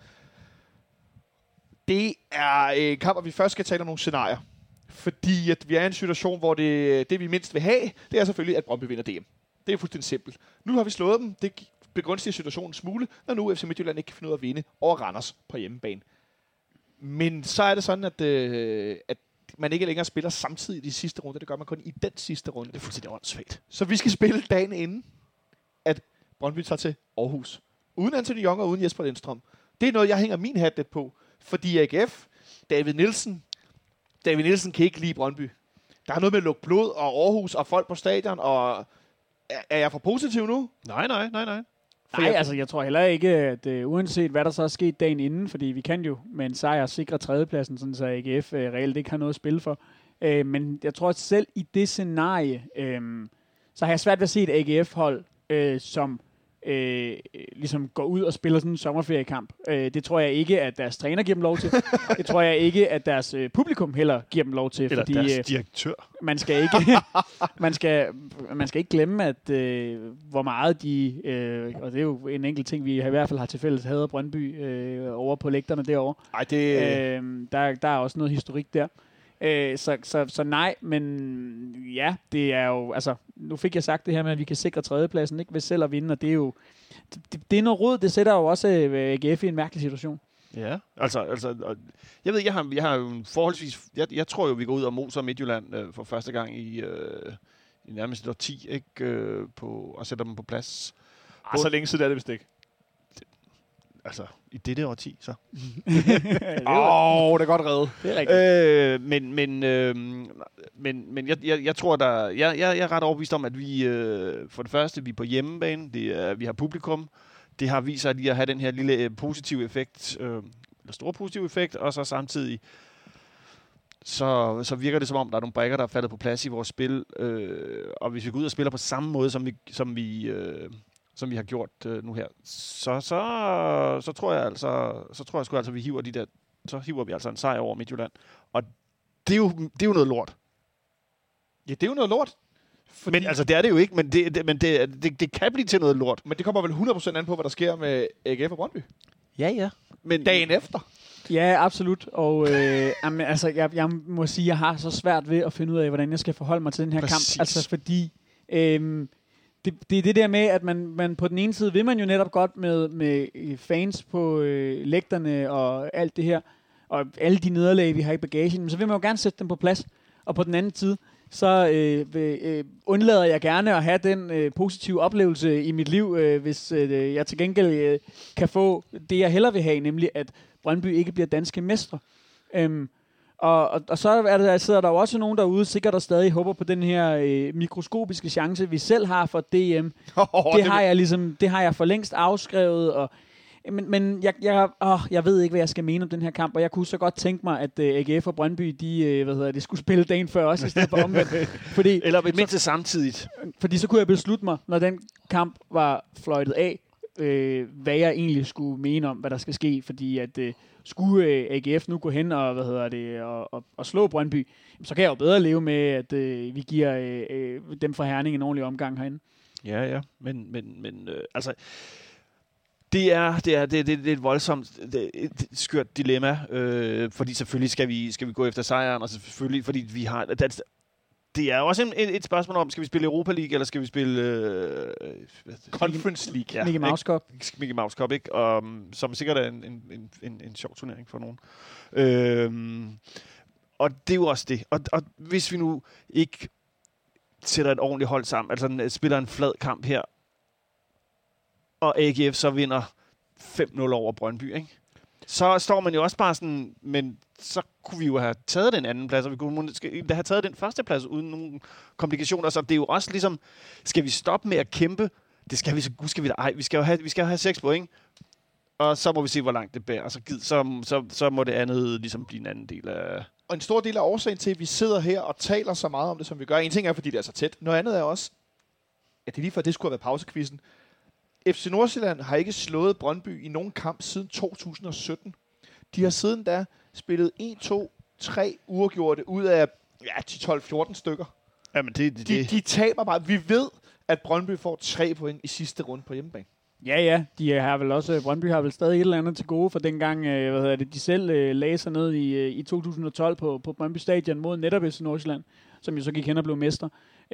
Det er en kamp, hvor vi først skal tale om nogle scenarier. Fordi at vi er i en situation, hvor det vi mindst vil have, det er selvfølgelig, at Brøndby vinder DM. Det er fuldstændig simpelt. Nu har vi slået dem. Det begunstiger situationen en smule, når nu FC Midtjylland ikke kan finde ud af at vinde over Randers på hjemmebane. Men så er det sådan, at man ikke længere spiller samtidig i de sidste runde. Det gør man kun i den sidste runde. Det er fuldstændig åndssvagt. Så vi skal spille dagen inden, at Brøndby tager til Aarhus. Uden Anthony Jong og uden Jesper Lindstrøm. Det er noget, jeg hænger min hat lidt på. Fordi AGF, David Nielsen kan ikke lide Brøndby. Der er noget med at lukke blod og Aarhus og folk på stadion, og er jeg for positiv nu? Nej. Nej, altså jeg tror heller ikke, at uanset hvad der så er sket dagen inden, fordi vi kan jo med en sejr sikre tredjepladsen, sådan så AGF reelt ikke har noget at spille for. Men jeg tror, at selv i det scenarie, så har jeg svært ved at se et AGF-hold, som ligesom går ud og spiller sådan en sommerferiekamp. Det tror jeg ikke, at deres træner giver dem lov til. Det tror jeg ikke, at deres publikum heller giver dem lov til. Eller fordi, deres direktør. Man skal ikke glemme, at hvor meget de, og det er jo en enkelt ting, vi i hvert fald har til fælles, hader Brøndby over på lægterne derovre. Ej, det... Der er også noget historik der. Så nej, men ja, det er jo, altså, nu fik jeg sagt det her med, at vi kan sikre tredjepladsen, ikke ved selv at vinde, og det er jo, det er noget rod, det sætter jo også AGF i en mærkelig situation. Ja, altså jeg ved, jeg har jo en forholdsvis, jeg tror jo, vi går ud og moser Midtjylland for første gang i nærmest et årti, ikke, og sætter dem på plads. Så længe siden er det vist ikke. altså i dette årti, så. Det er godt reddet. Det er rigtigt. Men jeg tror, jeg er ret overbevist om, at vi for det første, vi er på hjemmebane, vi har publikum, det har vist sig lige at have den her lille positive effekt, eller store positive effekt, og så samtidig så virker det som om, der er nogle brikker, der er faldet på plads i vores spil, og hvis vi går ud og spiller på samme måde, som vi har gjort nu her, så tror jeg sgu altså, vi hiver vi altså en sejr over Midtjylland. Og det er jo noget lort. Ja, det er jo noget lort. Fordi... Men altså, det er det jo ikke, men det kan blive til noget lort. Men det kommer vel 100% an på, hvad der sker med AGF og Brøndby. Ja. Men dagen efter. Ja, absolut. Og altså, jeg må sige, at jeg har så svært ved at finde ud af, hvordan jeg skal forholde mig til den her kamp. Altså, fordi det er det der med, at man på den ene side vil man jo netop godt med fans på lægterne og alt det her, og alle de nederlag, vi har i bagagen, men så vil man jo gerne sætte dem på plads. Og på den anden side, så undlader jeg gerne at have den positive oplevelse i mit liv, hvis jeg til gengæld kan få det, jeg hellere vil have, nemlig at Brøndby ikke bliver danske mestre. Og så sidder der jo også nogen derude, sikkert der stadig håber på den her mikroskopiske chance, vi selv har for DM. Det har jeg for længst afskrevet, og men jeg ved ikke, hvad jeg skal mene om den her kamp, og jeg kunne så godt tænke mig, at AGF og Brøndby, de skulle spille dagen før også, i stedet for omvendt. Eller mindst samtidigt. Fordi så kunne jeg beslutte mig, når den kamp var fløjtet af, hvad jeg egentlig skulle mene om, hvad der skal ske, fordi at skulle AGF nu gå hen og slå Brøndby, så kan jeg jo bedre leve med, at vi giver dem fra Herning en ordentlig omgang herinde. Ja, men altså... Det er et voldsomt, et skørt dilemma, fordi selvfølgelig skal vi gå efter sejren, og selvfølgelig, fordi vi har... Det er også et spørgsmål om, skal vi spille Europa League, eller skal vi spille... Conference League. Ja, Mickey Mouse Cup. Mickey Mouse Cup, ikke? Og, som sikkert er en sjov turnering for nogen. Og det er jo også det. Og hvis vi nu ikke sætter et ordentligt hold sammen, altså spiller en flad kamp her, og AGF så vinder 5-0 over Brøndby, ikke? Så står man jo også bare sådan, men så kunne vi jo have taget den anden plads, og vi kunne måske have taget den første plads uden nogen komplikationer. Så det er jo også ligesom, skal vi stoppe med at kæmpe? Det skal vi så vi skal jo have 6 point, og så må vi se, hvor langt det bærer. Så må det andet ligesom blive en anden del af... Og en stor del af årsagen til, at vi sidder her og taler så meget om det, som vi gør. En ting er, fordi det er så tæt. Noget andet er også, at det er lige for, det skulle have været pausekvisten. FC Nordsjælland har ikke slået Brøndby i nogen kamp siden 2017. De har siden da spillet 1, 2, 3 uafgjorte ud af 10-12-14 stykker. Jamen de taber bare. Vi ved, at Brøndby får 3 point i sidste runde på hjemmebane. Ja, Brøndby har vel stadig et eller andet til gode, for dengang de selv lagde sig ned i 2012 på Brøndby Stadion mod netop FC Nordsjælland, som jo så gik hen og blev mester.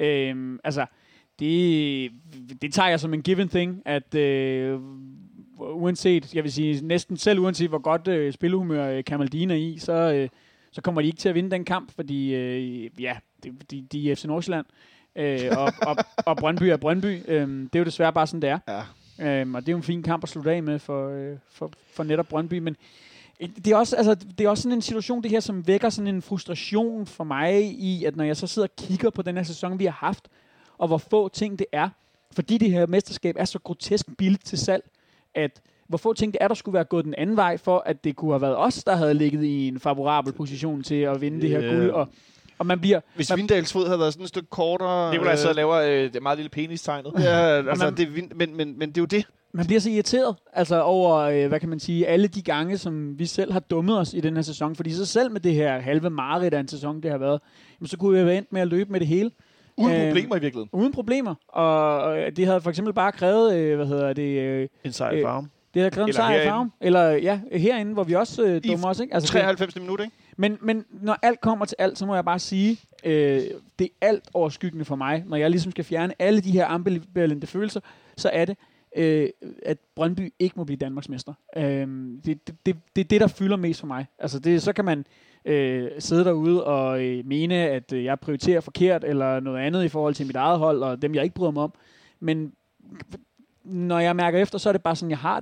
Det tager jeg som en given thing, at uanset, jeg vil sige næsten selv uanset hvor godt spillehumør Kamaldin er i, så kommer de ikke til at vinde den kamp, fordi de er FC Nordsjælland, og Brøndby er Brøndby. Det er jo desværre bare sådan, det er. Ja. Og det er jo en fin kamp at slutte af med for netop Brøndby, men det er også sådan en situation, det her, som vækker sådan en frustration for mig i, at når jeg så sidder og kigger på den her sæson, vi har haft, og hvor få ting det er, fordi det her mesterskab er så grotesk billigt til salg, at hvor få ting det er, der skulle være gået den anden vej, for at det kunne have været os, der havde ligget i en favorabel position til at vinde det her guld, og man bliver... Hvis Vindals fod havde været sådan et stykke kortere... Nikolaj sidder og laver det meget lille penis-tegnet. Ja, altså, men det er jo det. Man bliver så irriteret over, hvad kan man sige, alle de gange, som vi selv har dummet os i den her sæson, fordi så selv med det her halve mareridt af en sæson, det har været, så kunne vi have endt med at løbe med det hele. Uden problemer i virkeligheden. Uden problemer. Og det havde for eksempel bare krævet, en sejr i Farum. Det havde krævet en sejr i Farum. Eller herinde, hvor vi også dummer os, ikke? Altså 93. minut, ikke? Men når alt kommer til alt, så må jeg bare sige, det er alt overskyggende for mig. Når jeg ligesom skal fjerne alle de her ambivalente følelser, så er det, at Brøndby ikke må blive Danmarksmester. Det er det, der fylder mest for mig. Altså så kan man sidde derude og mene, at jeg prioriterer forkert eller noget andet i forhold til mit eget hold og dem, jeg ikke bryder mig om. Men når jeg mærker efter, så er det bare sådan, jeg har det.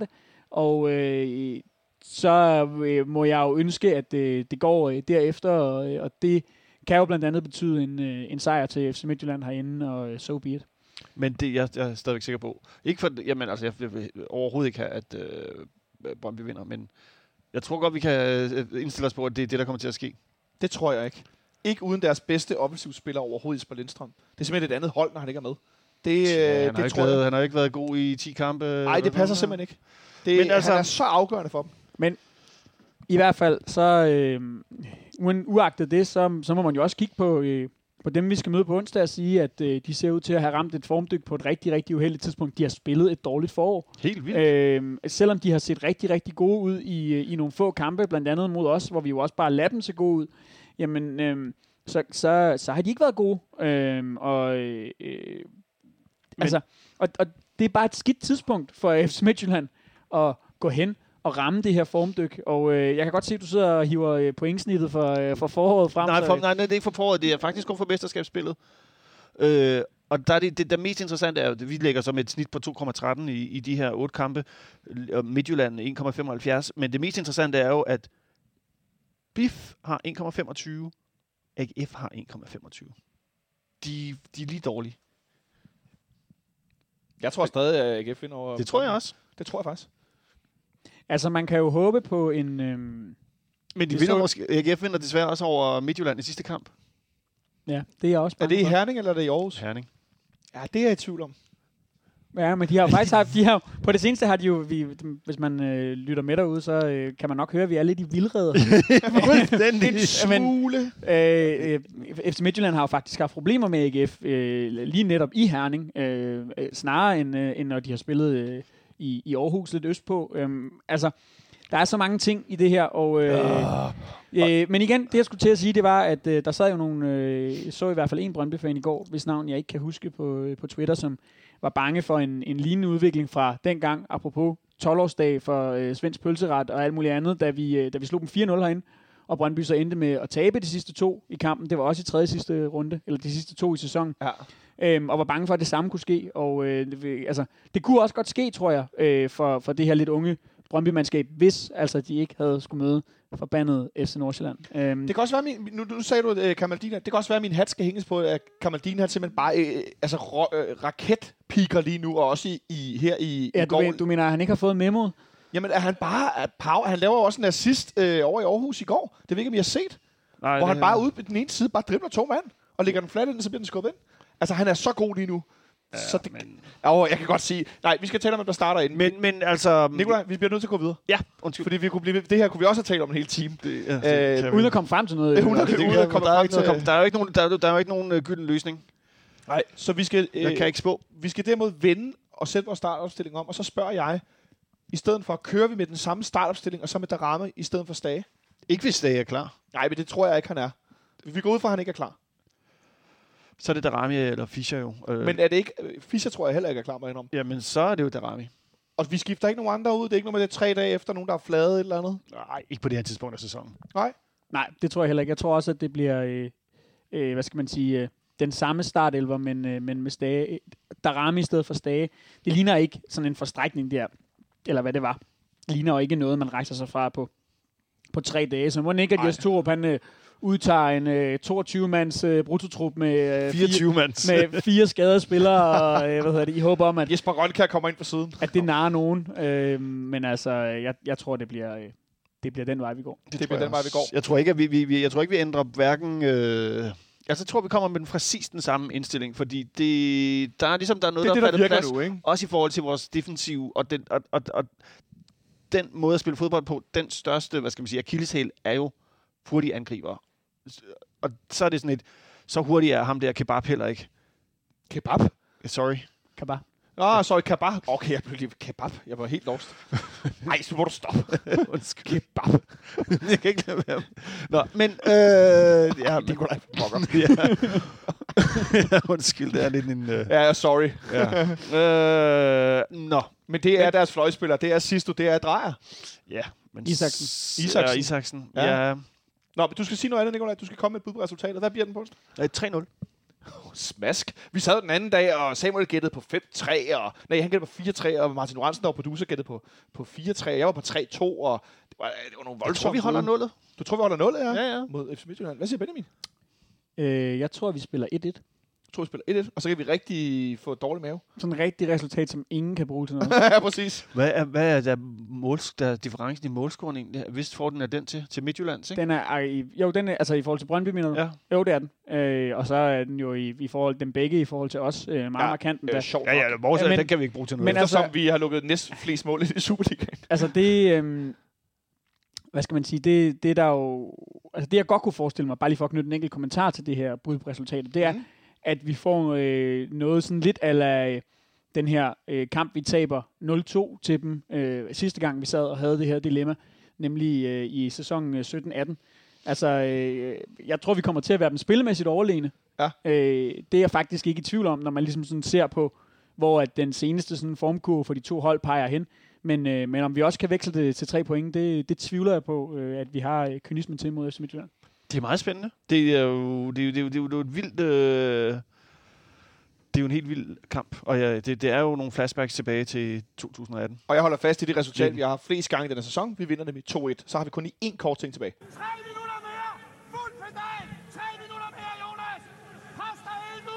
Og så må jeg jo ønske, at det går derefter, og det kan jo blandt andet betyde en sejr til FC Midtjylland herinde, og so be it. Men det jeg er stadigvæk sikker på. Ikke for, jamen, altså, jeg vil overhovedet ikke have, at Brøndby vinder, men jeg tror godt, vi kan indstille os på, at det er det, der kommer til at ske. Det tror jeg ikke. Ikke uden deres bedste offensivspiller overhovedet, Jesper Lindstrøm. Det er simpelthen et andet hold, når han ikke er med. Han har ikke været god i 10 kampe. Nej, det passer simpelthen ikke. Men altså, han er så afgørende for dem. Men i hvert fald, så uagtet det, så må man jo også kigge på dem, vi skal møde på onsdag og sige, at de ser ud til at have ramt et formdyk på et rigtig, rigtig uheldigt tidspunkt. De har spillet et dårligt forår. Helt vildt. Selvom de har set rigtig, rigtig gode ud i nogle få kampe, blandt andet mod os, hvor vi jo også bare lader dem se gode ud, jamen, så har de ikke været gode. Og det er bare et skidt tidspunkt for FC Midtjylland at gå hen og ramme det her formdyk. Og jeg kan godt se, at du sidder og hiver pointsnittet for foråret frem. Nej, det er ikke for foråret. Det er faktisk kun for mesterskabsspillet. Og der er det mest interessante er, at vi lægger så med et snit på 2,13 i de her 8 kampe. Midtjylland 1,75. Men det mest interessante er jo, at BIF har 1,25. AGF har 1,25. De er lige dårlige. Jeg tror stadig, at AGF vinder over... Det tror jeg også. Det tror jeg faktisk. Altså, man kan jo håbe på en... Men de vinder måske... AGF vinder desværre også over Midtjylland i sidste kamp. Ja, det er jeg også. Er det i Herning, eller er det i Aarhus? Herning. Ja, det er jeg i tvivl om. Ja, men de har jo faktisk haft... på det seneste har de jo... hvis man lytter med derude, så kan man nok høre, at vi er lidt i vildreder. En smule. FC Midtjylland har jo faktisk haft problemer med AGF lige netop i Herning. Snarere end når de har spillet i Aarhus lidt østpå. Altså, der er så mange ting i det her, og... men igen, det jeg skulle til at sige, det var, at der sad jo nogle... så i hvert fald en Brøndby-fan i går, hvis navn jeg ikke kan huske på Twitter, som var bange for en lignende udvikling fra dengang, apropos 12-årsdag for svensk pølseret og alt muligt andet, da vi slog dem 4-0 herinde, og Brøndby så endte med at tabe de sidste 2 i kampen. Det var også i tredje sidste runde, eller de sidste 2 i sæsonen. Ja. Og var bange for, at det samme kunne ske. Og det kunne også godt ske, tror jeg, for det her lidt unge Brøndby-mandskab, hvis altså de ikke havde skulle møde forbandet FC Nordsjælland. Det kan også være nu sagde du Kamaldin, det kan også være at min hat skal hænges på at Kamaldin har simpelthen bare raketpiker lige nu og også her i går. Du mener at han ikke har fået memoet? Jamen er han bare power, han laver også en assist over i Aarhus i går. Det ved ikke om I har set. Nej, hvor han bare ude på den ene side bare dribler 2 mand og lægger den flat ind, så bliver den skubbet ind. Altså han er så god lige nu. Ja, så det, jeg kan godt sige... Nej, vi skal tale om, at der starter inden. Men altså... Nikolaj, vi bliver nødt til at gå videre. Ja, undskyld. Fordi det her kunne vi også have talt om en hel time. Uden at komme frem til noget. Der er jo ikke nogen gylden løsning. Nej, så vi skal... Jeg kan ikke spå. Vi skal derimod vende og sætte vores startopstilling om, og så spørger jeg, i stedet for, kører vi med den samme startopstilling, og så med Darame i stedet for Stage? Ikke hvis Stage er klar. Nej, men det tror jeg ikke, han er. Vi går ud fra, at han ikke er klar. Så er det Darami eller Fischer jo. Men er det ikke... Fischer tror jeg heller ikke er klar med hende om. Jamen, så er det jo Darami. Og vi skifter ikke nogen andre ud? Det er ikke noget med det 3 dage efter, nogen der er flade et eller andet? Nej, ikke på det her tidspunkt af sæsonen. Nej, det tror jeg heller ikke. Jeg tror også, at det bliver... hvad skal man sige... den samme startelver, men med Stage. Darami i stedet for Stage. Det ligner ikke sådan en forstrækning der. Eller hvad det var. Det ligner jo ikke noget, man rejser sig fra på 3 dage. Så må den ikke, at Jes Torup, han... udtager en 22-mands brutotrup med 24-mands med 4 skadede spillere og i håb om at Jesper Grønkjær kommer ind på siden. At det narer nogen, men altså jeg tror det bliver den vej vi går. Det bliver den vej vi går. Jeg tror ikke at vi ændrer hverken jeg tror vi kommer med præcis den samme indstilling, fordi der er ligesom der er noget der plads nu, ikke? Også i forhold til vores defensiv og den måde at spille fodbold på, den største, hvad skal man sige, akilleshæl er jo hurtige angriber. Og så er det sådan så hurtigt er ham der Kebab heller ikke. Kebab? Sorry. Kebab. Sorry, Kebab. Okay, jeg blev lige Kebab. Jeg var helt lost. Nej, så må du stoppe. Kebab. Jeg kan ikke lade være. Nå, men... ja, det kunne da ikke pokker. Ja, undskyld, det er lidt en... Ja, sorry. Ja. Nå. Men det er deres fløjspiller. Det er Sisto, det er Drejer. Ja. Men Isaksen. Ja. Nå, men du skal sige noget andet, Nikolaj. Du skal komme med et bud på resultatet. Hvad bliver den på? 3-0. Smask. Vi sad den anden dag, og Samuel gættede på 5-3, og han gættede på 4-3, og Martin Lorentzen, der var producer, gættede på 4-3. Jeg var på 3-2, og det var nogle voldsomme... Jeg tror, vi holder nullet. Du tror, vi holder nullet, ja? Ja. Mod FC Midtjylland. Hvad siger Benjamin? Jeg tror, vi spiller 1-1. Jeg tror, vi spiller 1-1, og så kan vi rigtig få dårlig mave. Sådan et rigtigt resultat, som ingen kan bruge til noget. Ja, præcis. Hvad er der differencen i målscoren egentlig? Hvis fordelen er den til Midtjyllands, ikke? Den er altså i forhold til Brøndby, mener du? Ja. Jo, det er den. Og så er den jo i forhold dem begge i forhold til os meget markant. Sjovt Ja, vores den kan vi ikke bruge til noget. Men eftersom vi har lukket næsten flest mål i Superligaen. Altså det... hvad skal man sige? Det der jo... Altså det, jeg godt kunne forestille mig, bare lige for at knytte en enkelt kommentar til det her brud på resultatet, det er, at vi får noget sådan lidt ala den her kamp, vi taber 0-2 til dem sidste gang, vi sad og havde det her dilemma, nemlig i sæsonen 17-18. Altså, jeg tror, vi kommer til at være dem spillemæssigt overlegne. Ja. Det er jeg faktisk ikke i tvivl om, når man ligesom sådan ser på, hvor at den seneste sådan formkurve for de to hold peger hen. Men om vi også kan veksle det til 3 point, det tvivler jeg på, at vi har kynismen til mod FC Midtjylland. Det er meget spændende. Det er jo et vildt... det er jo en helt vild kamp, og det er jo nogle flashbacks tilbage til 2018. Og jeg holder fast i det resultat, vi har haft flest gange i denne sæson. Vi vinder dem i 2-1. Så har vi kun i én kort ting tilbage. 3 minutter mere! Fuld pedal! 3 minutter mere, Jonas! Pres dig helt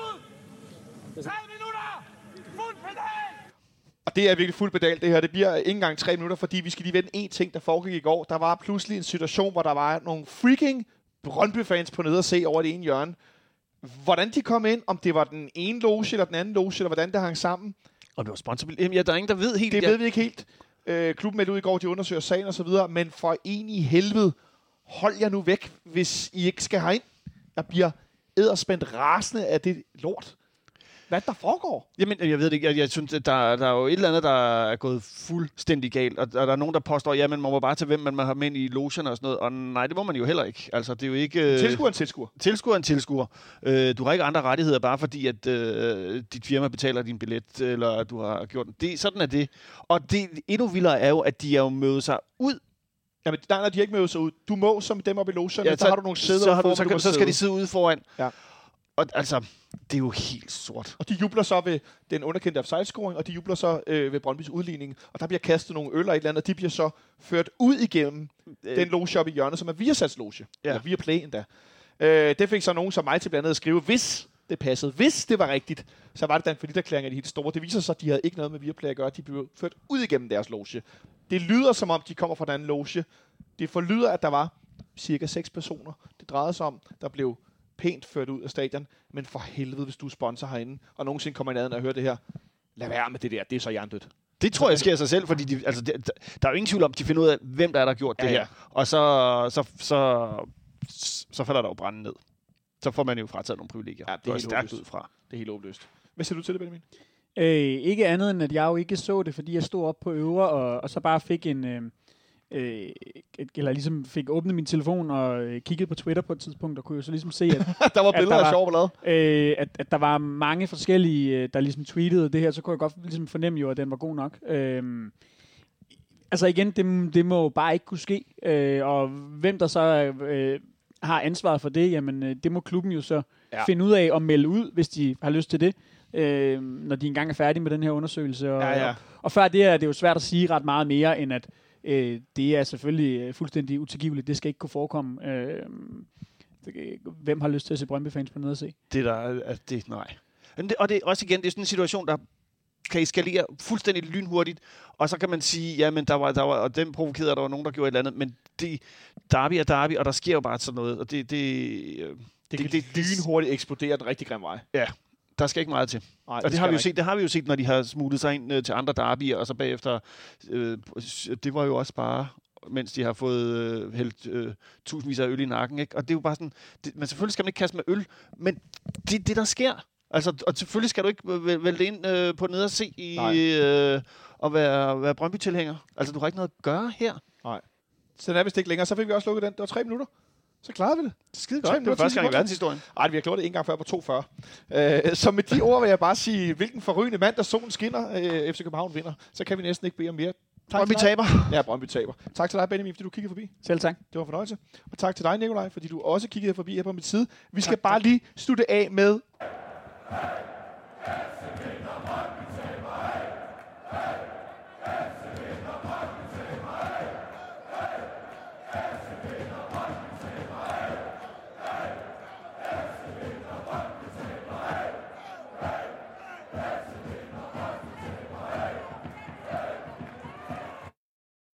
ud! 3 minutter! Fuld pedal! Og det er virkelig fuld pedal, det her. Det bliver ikke engang 3 minutter, fordi vi skal lige vende en ting, der foregik i går. Der var pludselig en situation, hvor der var nogle freaking Brøndby-fans på nede og se over det ene hjørne. Hvordan de kom ind, om det var den ene loge eller den anden loge, eller hvordan det hang sammen. Og det var sponsorbil. Ja, der er ingen, der ved helt. Det ved vi ikke helt. Klubben meldte ud i går, de undersøger sagen og så videre, men for en i helvede, hold jer nu væk, hvis I ikke skal herind. Jeg bliver edderspændt rasende af det lort. Hvad der foregår? Jamen, jeg ved det ikke. Jeg synes, at der er jo et eller andet, der er gået fuldstændig galt. Og der er nogen, der påstår, ja, man må bare tage hvem man har med i logen og sådan noget. Og nej, det må man jo heller ikke. Altså, det er jo ikke... Tilskuer. Tilskuer. Du har ikke andre rettigheder, bare fordi, at dit firma betaler din billet, eller du har gjort det. Sådan er det. Og det endnu vildere er jo, at de er jo mødet sig ud. Jamen, der de ikke mødet sig ud. Du må som dem oppe i logerne, ja, der har du nogle sæder. Så skal de sidde ude foran. Ja. Og altså, det er jo helt sort. Og de jubler så ved den underkendte offside-scoring, og de jubler så ved Brøndbys udligning. Og der bliver kastet nogle øl og et eller andet, og de bliver så ført ud igennem den loge oppe i hjørnet, som er Viasats loge. Ja. Eller Viaplay endda. Det fik så nogen som mig til blandt andet at skrive, hvis det passede, hvis det var rigtigt, så var det den forlitterklæring af de helt store. Det viser sig, at de havde ikke noget med Viaplay at gøre. De blev ført ud igennem deres loge. Det lyder som om, de kommer fra den anden loge. Det forlyder, at der var cirka 6 personer. Det drejede sig om, der blev pænt ført ud af stadion, men for helvede, hvis du er sponsor herinde, og nogensinde kommer ind og hører det her, lad være med det der, det er så jerndødt. Det tror jeg sker sig selv, fordi der er jo ingen tvivl om, de finder ud af, hvem der er, der har gjort det her. Og så falder der jo branden ned. Så får man jo frataget nogle privilegier. Ja, det er stærkt ud fra. Det er helt åbenlyst. Hvad siger du til det, Benjamin? Ikke andet end, at jeg jo ikke så det, fordi jeg stod op på øvre, og så bare fik eller ligesom fik åbnet min telefon og kiggede på Twitter på et tidspunkt, og kunne jo så ligesom se, at der var billeder af sjov ballade. At der var mange forskellige, der ligesom tweetede det her, så kunne jeg godt ligesom fornemme jo, at den var god nok. Altså igen, det må bare ikke kunne ske, og hvem der så har ansvaret for det, jamen det må klubben jo så finde ud af og melde ud, hvis de har lyst til det, når de engang er færdige med den her undersøgelse. Og før det er det jo svært at sige ret meget mere, end at det er selvfølgelig fuldstændig utilgiveligt. Det skal ikke kunne forekomme. Hvem har lyst til at se Brøndby-fans på nede og se? Nej. Og det er også igen, det er sådan en situation, der kan eskalere fuldstændig lynhurtigt, og så kan man sige, ja, men der var og den provokerede, der var nogen, der gjorde et eller andet, men derby er derby, og der sker jo bare sådan noget, og det lynhurtigt eksploderer den rigtig grimme vej. Ja. Der skal ikke meget til. Nej, og det har vi jo set, når de har smuttet sig ind til andre derbyer, og så bagefter, det var jo også bare, mens de har fået hældt tusindvis af øl i nakken, ikke? Og det er jo bare sådan, men selvfølgelig skal man ikke kaste med øl, men det der sker. Altså, og selvfølgelig skal du ikke vælte ind på ned og se og være Brøndby-tilhænger. Altså, du har ikke noget at gøre her. Nej. Så den er vist ikke længere. Så fik vi også lukket den. Det var 3 minutter. Så klarede vi det. Skide godt. Det var første gang i verdenshistorien. Nej, vi har gjort det en gang før på 2:40. Så med de ord vil jeg bare sige, hvilken forrygende mand, der solen skinner, FC København vinder. Så kan vi næsten ikke bede om mere. Brøndby taber. Ja, Brøndby taber. Tak til dig, Benjamin, fordi du kiggede forbi. Selv tak. Det var en fornøjelse. Og tak til dig, Nikolaj, fordi du også kiggede forbi her på min side. Vi skal bare lige slutte af med Hey!